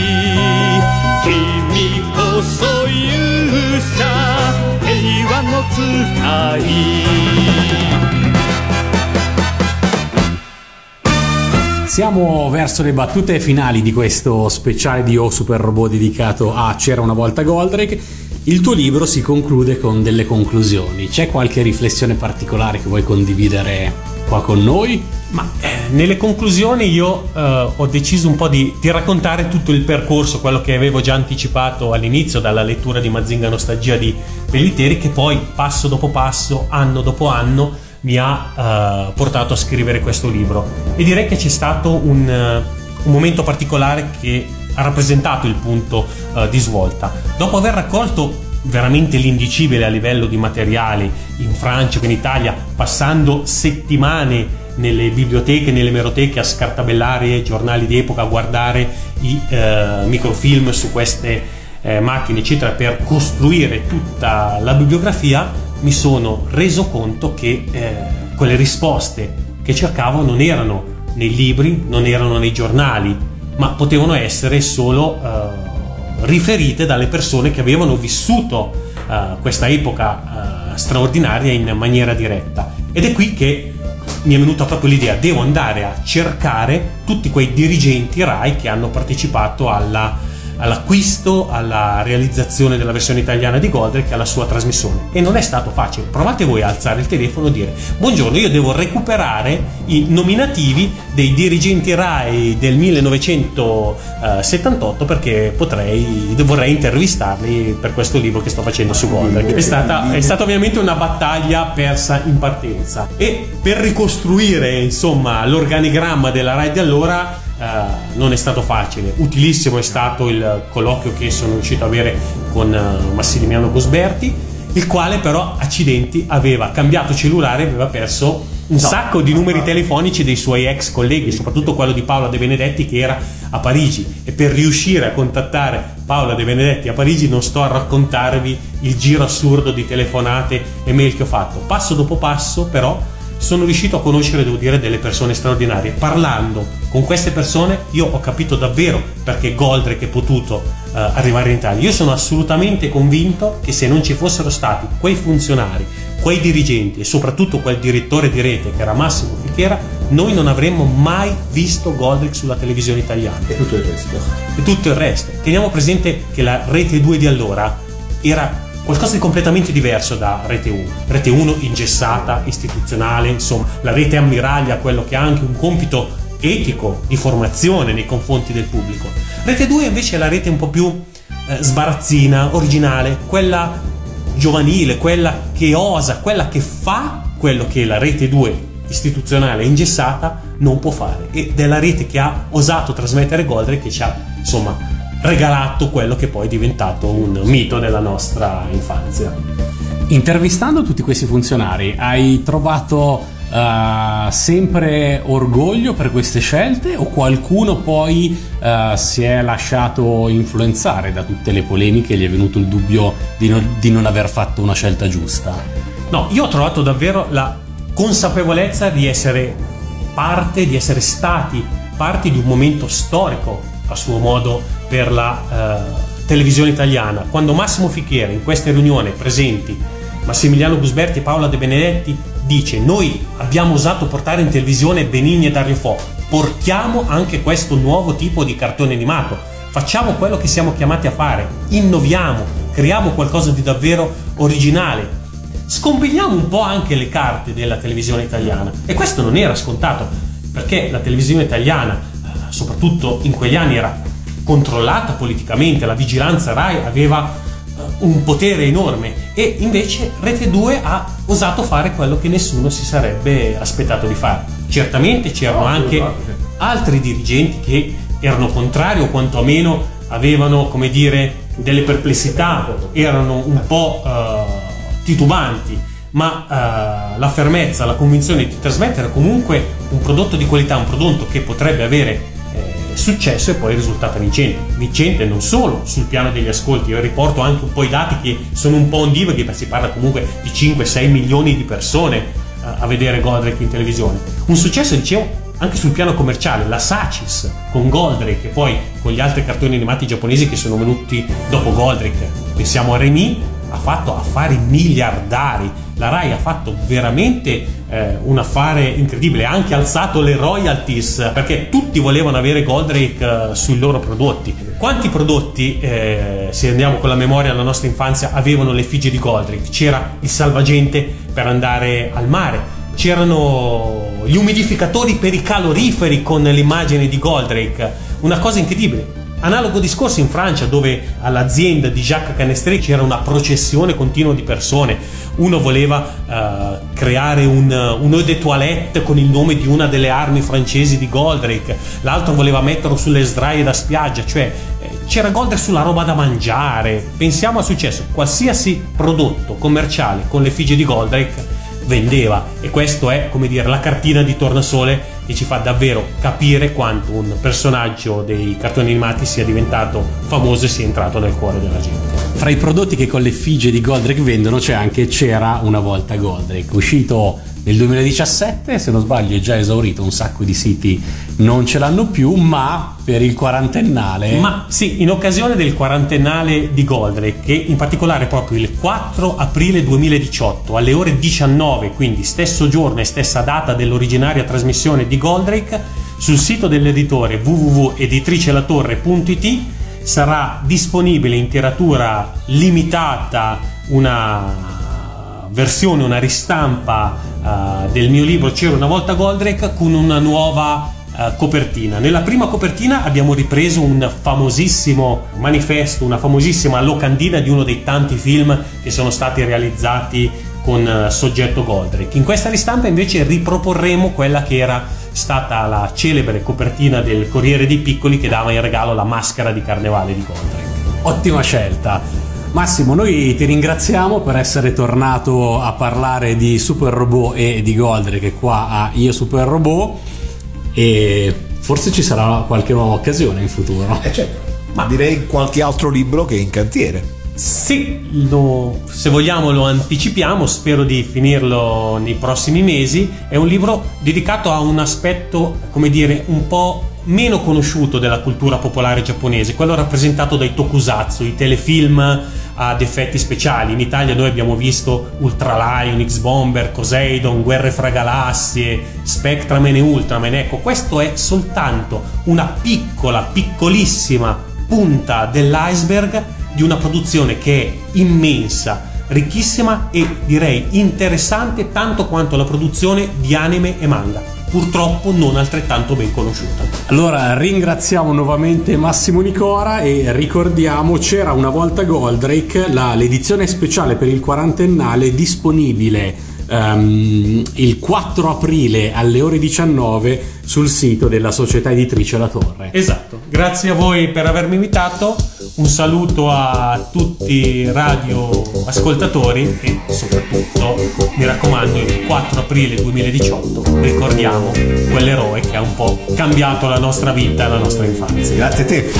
君こそ勇者平和の使い。 Siamo verso le battute finali di questo speciale di Oh Super Robot dedicato a C'era una volta Goldrake. Il tuo libro si conclude con delle conclusioni. C'è qualche riflessione particolare che vuoi condividere qua con noi? Ma eh, nelle conclusioni io eh, ho deciso un po' di, di raccontare tutto il percorso, quello che avevo già anticipato all'inizio dalla lettura di Mazinga Nostalgia di Pellitteri, che poi passo dopo passo, anno dopo anno mi ha uh, portato a scrivere questo libro. E direi che c'è stato un, uh, un momento particolare che ha rappresentato il punto uh, di svolta. Dopo aver raccolto veramente l'indicibile a livello di materiali in Francia e in Italia, passando settimane nelle biblioteche, nelle emeroteche a scartabellare giornali d'epoca, a guardare i uh, microfilm su queste uh, macchine eccetera, per costruire tutta la bibliografia, mi sono reso conto che eh, quelle risposte che cercavo non erano nei libri, non erano nei giornali, ma potevano essere solo eh, riferite dalle persone che avevano vissuto eh, questa epoca eh, straordinaria in maniera diretta. Ed è qui che mi è venuta proprio l'idea: devo andare a cercare tutti quei dirigenti Rai che hanno partecipato alla all'acquisto, alla realizzazione della versione italiana di Goldrake, alla sua trasmissione. E non è stato facile. Provate voi a alzare il telefono e dire: buongiorno, io devo recuperare i nominativi dei dirigenti Rai del millenovecentosettantotto perché potrei, vorrei intervistarli per questo libro che sto facendo su Goldrake. È stata, è stata ovviamente una battaglia persa in partenza, e per ricostruire insomma l'organigramma della Rai di allora Uh, non è stato facile. Utilissimo è stato il colloquio che sono riuscito ad avere con uh, Massimiliano Gosberti, il quale però, accidenti, aveva cambiato cellulare e aveva perso un no, sacco di numeri no. telefonici dei suoi ex colleghi, soprattutto quello di Paola De Benedetti che era a Parigi, e per riuscire a contattare Paola De Benedetti a Parigi non sto a raccontarvi il giro assurdo di telefonate e mail che ho fatto. Passo dopo passo però sono riuscito a conoscere, devo dire, delle persone straordinarie. Parlando con queste persone io ho capito davvero perché Goldrake è potuto uh, arrivare in Italia. Io sono assolutamente convinto che se non ci fossero stati quei funzionari, quei dirigenti e soprattutto quel direttore di rete che era Massimo Fichera, noi non avremmo mai visto Goldrake sulla televisione italiana. E tutto il resto. E tutto il resto. Teniamo presente che la Rete due di allora era qualcosa di completamente diverso da Rete uno. Rete uno ingessata, istituzionale, insomma, la rete ammiraglia quello che ha anche un compito etico di formazione nei confronti del pubblico. Rete due invece è la rete un po' più eh, sbarazzina, originale, quella giovanile, quella che osa, quella che fa quello che la Rete due istituzionale ingessata non può fare, ed è la rete che ha osato trasmettere Goldrake che ci ha insomma regalato quello che poi è diventato un mito della nostra infanzia. Intervistando tutti questi funzionari, hai trovato uh, sempre orgoglio per queste scelte, o qualcuno poi uh, si è lasciato influenzare da tutte le polemiche e gli è venuto il dubbio di, no, di non aver fatto una scelta giusta? No, io ho trovato davvero la consapevolezza di essere parte, di essere stati parte di un momento storico a suo modo per la uh, televisione italiana. Quando Massimo Fichiera in queste riunioni presenti Massimiliano Busberti e Paola De Benedetti dice: noi abbiamo osato portare in televisione Benigni e Dario Fo, portiamo anche questo nuovo tipo di cartone animato, facciamo quello che siamo chiamati a fare, innoviamo, creiamo qualcosa di davvero originale, scompigliamo un po' anche le carte della televisione italiana. E questo non era scontato, perché la televisione italiana, soprattutto in quegli anni, era controllata politicamente, la vigilanza Rai aveva un potere enorme, e invece Rete due ha osato fare quello che nessuno si sarebbe aspettato di fare. Certamente c'erano anche altri dirigenti che erano contrari, o quantomeno avevano, come dire, delle perplessità, erano un po' uh, titubanti, ma uh, la fermezza, la convinzione di trasmettere comunque un prodotto di qualità, un prodotto che potrebbe avere successo, e poi è risultata vincente. Vincente non solo sul piano degli ascolti, io riporto anche un po' i dati che sono un po' ondivaghi, perché si parla comunque di cinque sei milioni di persone uh, a vedere Goldrake in televisione. Un successo, dicevo, anche sul piano commerciale. La Sachis con Goldrake, e poi con gli altri cartoni animati giapponesi che sono venuti dopo Goldrake, pensiamo a Remy, ha fatto affari miliardari. La Rai ha fatto veramente eh, un affare incredibile, ha anche alzato le royalties, perché tutti volevano avere Goldrake eh, sui loro prodotti. Quanti prodotti, eh, se andiamo con la memoria alla nostra infanzia, avevano l'effigie di Goldrake? C'era il salvagente per andare al mare, c'erano gli umidificatori per i caloriferi con l'immagine di Goldrake, una cosa incredibile. Analogo discorso in Francia, dove all'azienda di Jacques Canestret c'era una processione continua di persone. Uno voleva uh, creare un, un eau de toilette con il nome di una delle armi francesi di Goldrake, l'altro voleva metterlo sulle sdraie da spiaggia, cioè eh, c'era Goldrake sulla roba da mangiare. Pensiamo al successo, qualsiasi prodotto commerciale con l'effigie di Goldrake vendeva, e questo è, come dire, la cartina di tornasole che ci fa davvero capire quanto un personaggio dei cartoni animati sia diventato famoso e sia entrato nel cuore della gente. Fra i prodotti che con l'effigie di Goldrake vendono c'è anche C'era una volta Goldrake, uscito nel duemiladiciassette, se non sbaglio è già esaurito, un sacco di siti non ce l'hanno più, ma per il quarantennale... Ma sì, in occasione del quarantennale di Goldrake, che in particolare proprio il quattro aprile duemiladiciotto alle ore diciannove, quindi stesso giorno e stessa data dell'originaria trasmissione di Goldrake, sul sito dell'editore w w w punto editricelatorre punto i t sarà disponibile in tiratura limitata una versione, una ristampa uh, del mio libro C'era una volta Goldrake, con una nuova uh, copertina. Nella prima copertina abbiamo ripreso un famosissimo manifesto, una famosissima locandina di uno dei tanti film che sono stati realizzati con uh, soggetto Goldrake. In questa ristampa invece riproporremo quella che era stata la celebre copertina del Corriere dei Piccoli, che dava in regalo la maschera di carnevale di Goldrake. Ottima scelta. Massimo, noi ti ringraziamo per essere tornato a parlare di Super Robot e di Goldrake qua a Io Super Robot, e forse ci sarà qualche nuova occasione in futuro. Eh certo, ma direi qualche altro libro che è in cantiere. Sì, lo, se vogliamo lo anticipiamo, spero di finirlo nei prossimi mesi. È un libro dedicato a un aspetto, come dire, un po' meno conosciuto della cultura popolare giapponese, quello rappresentato dai tokusatsu, i telefilm ad effetti speciali. In Italia noi abbiamo visto Ultra Lion, X-Bomber, Poseidon, Guerre fra galassie, Spectraman e Ultraman. Ecco, questo è soltanto una piccola, piccolissima punta dell'iceberg di una produzione che è immensa, ricchissima e direi interessante tanto quanto la produzione di anime e manga, purtroppo non altrettanto ben conosciuta. Allora ringraziamo nuovamente Massimo Nicora e ricordiamo C'era una volta Goldrake, la, l'edizione speciale per il quarantennale disponibile ehm, il quattro aprile alle ore diciannove sul sito della società editrice La Torre. Esatto, grazie a voi per avermi invitato, un saluto a tutti i radio ascoltatori e soprattutto, mi raccomando, il quattro aprile duemiladiciotto ricordiamo quell'eroe che ha un po' cambiato la nostra vita e la nostra infanzia. Grazie a te.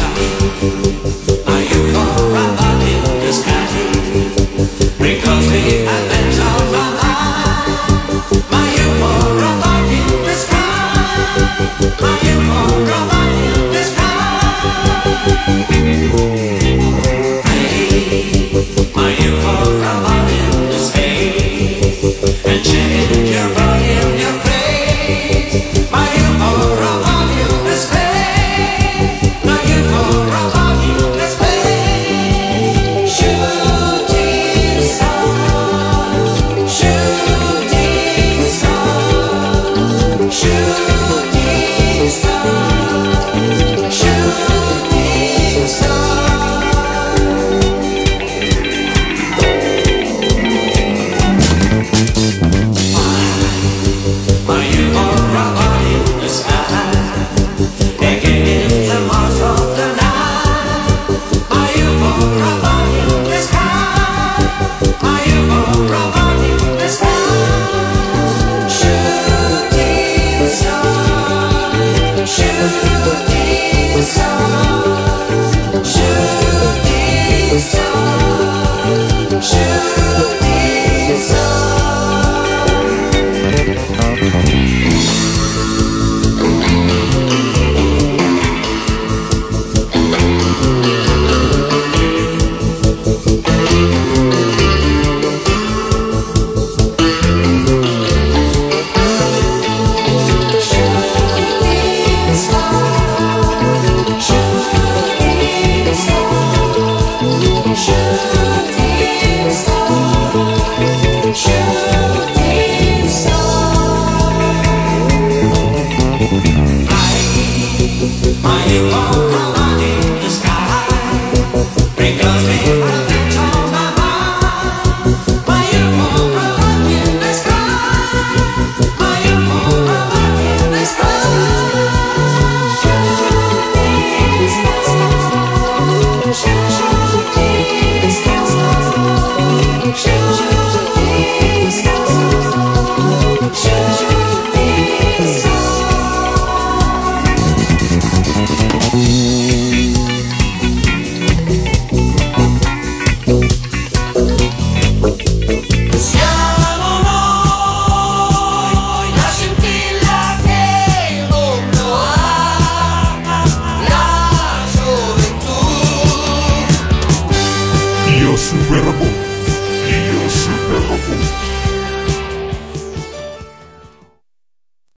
Super Bowl, io Super Bowl.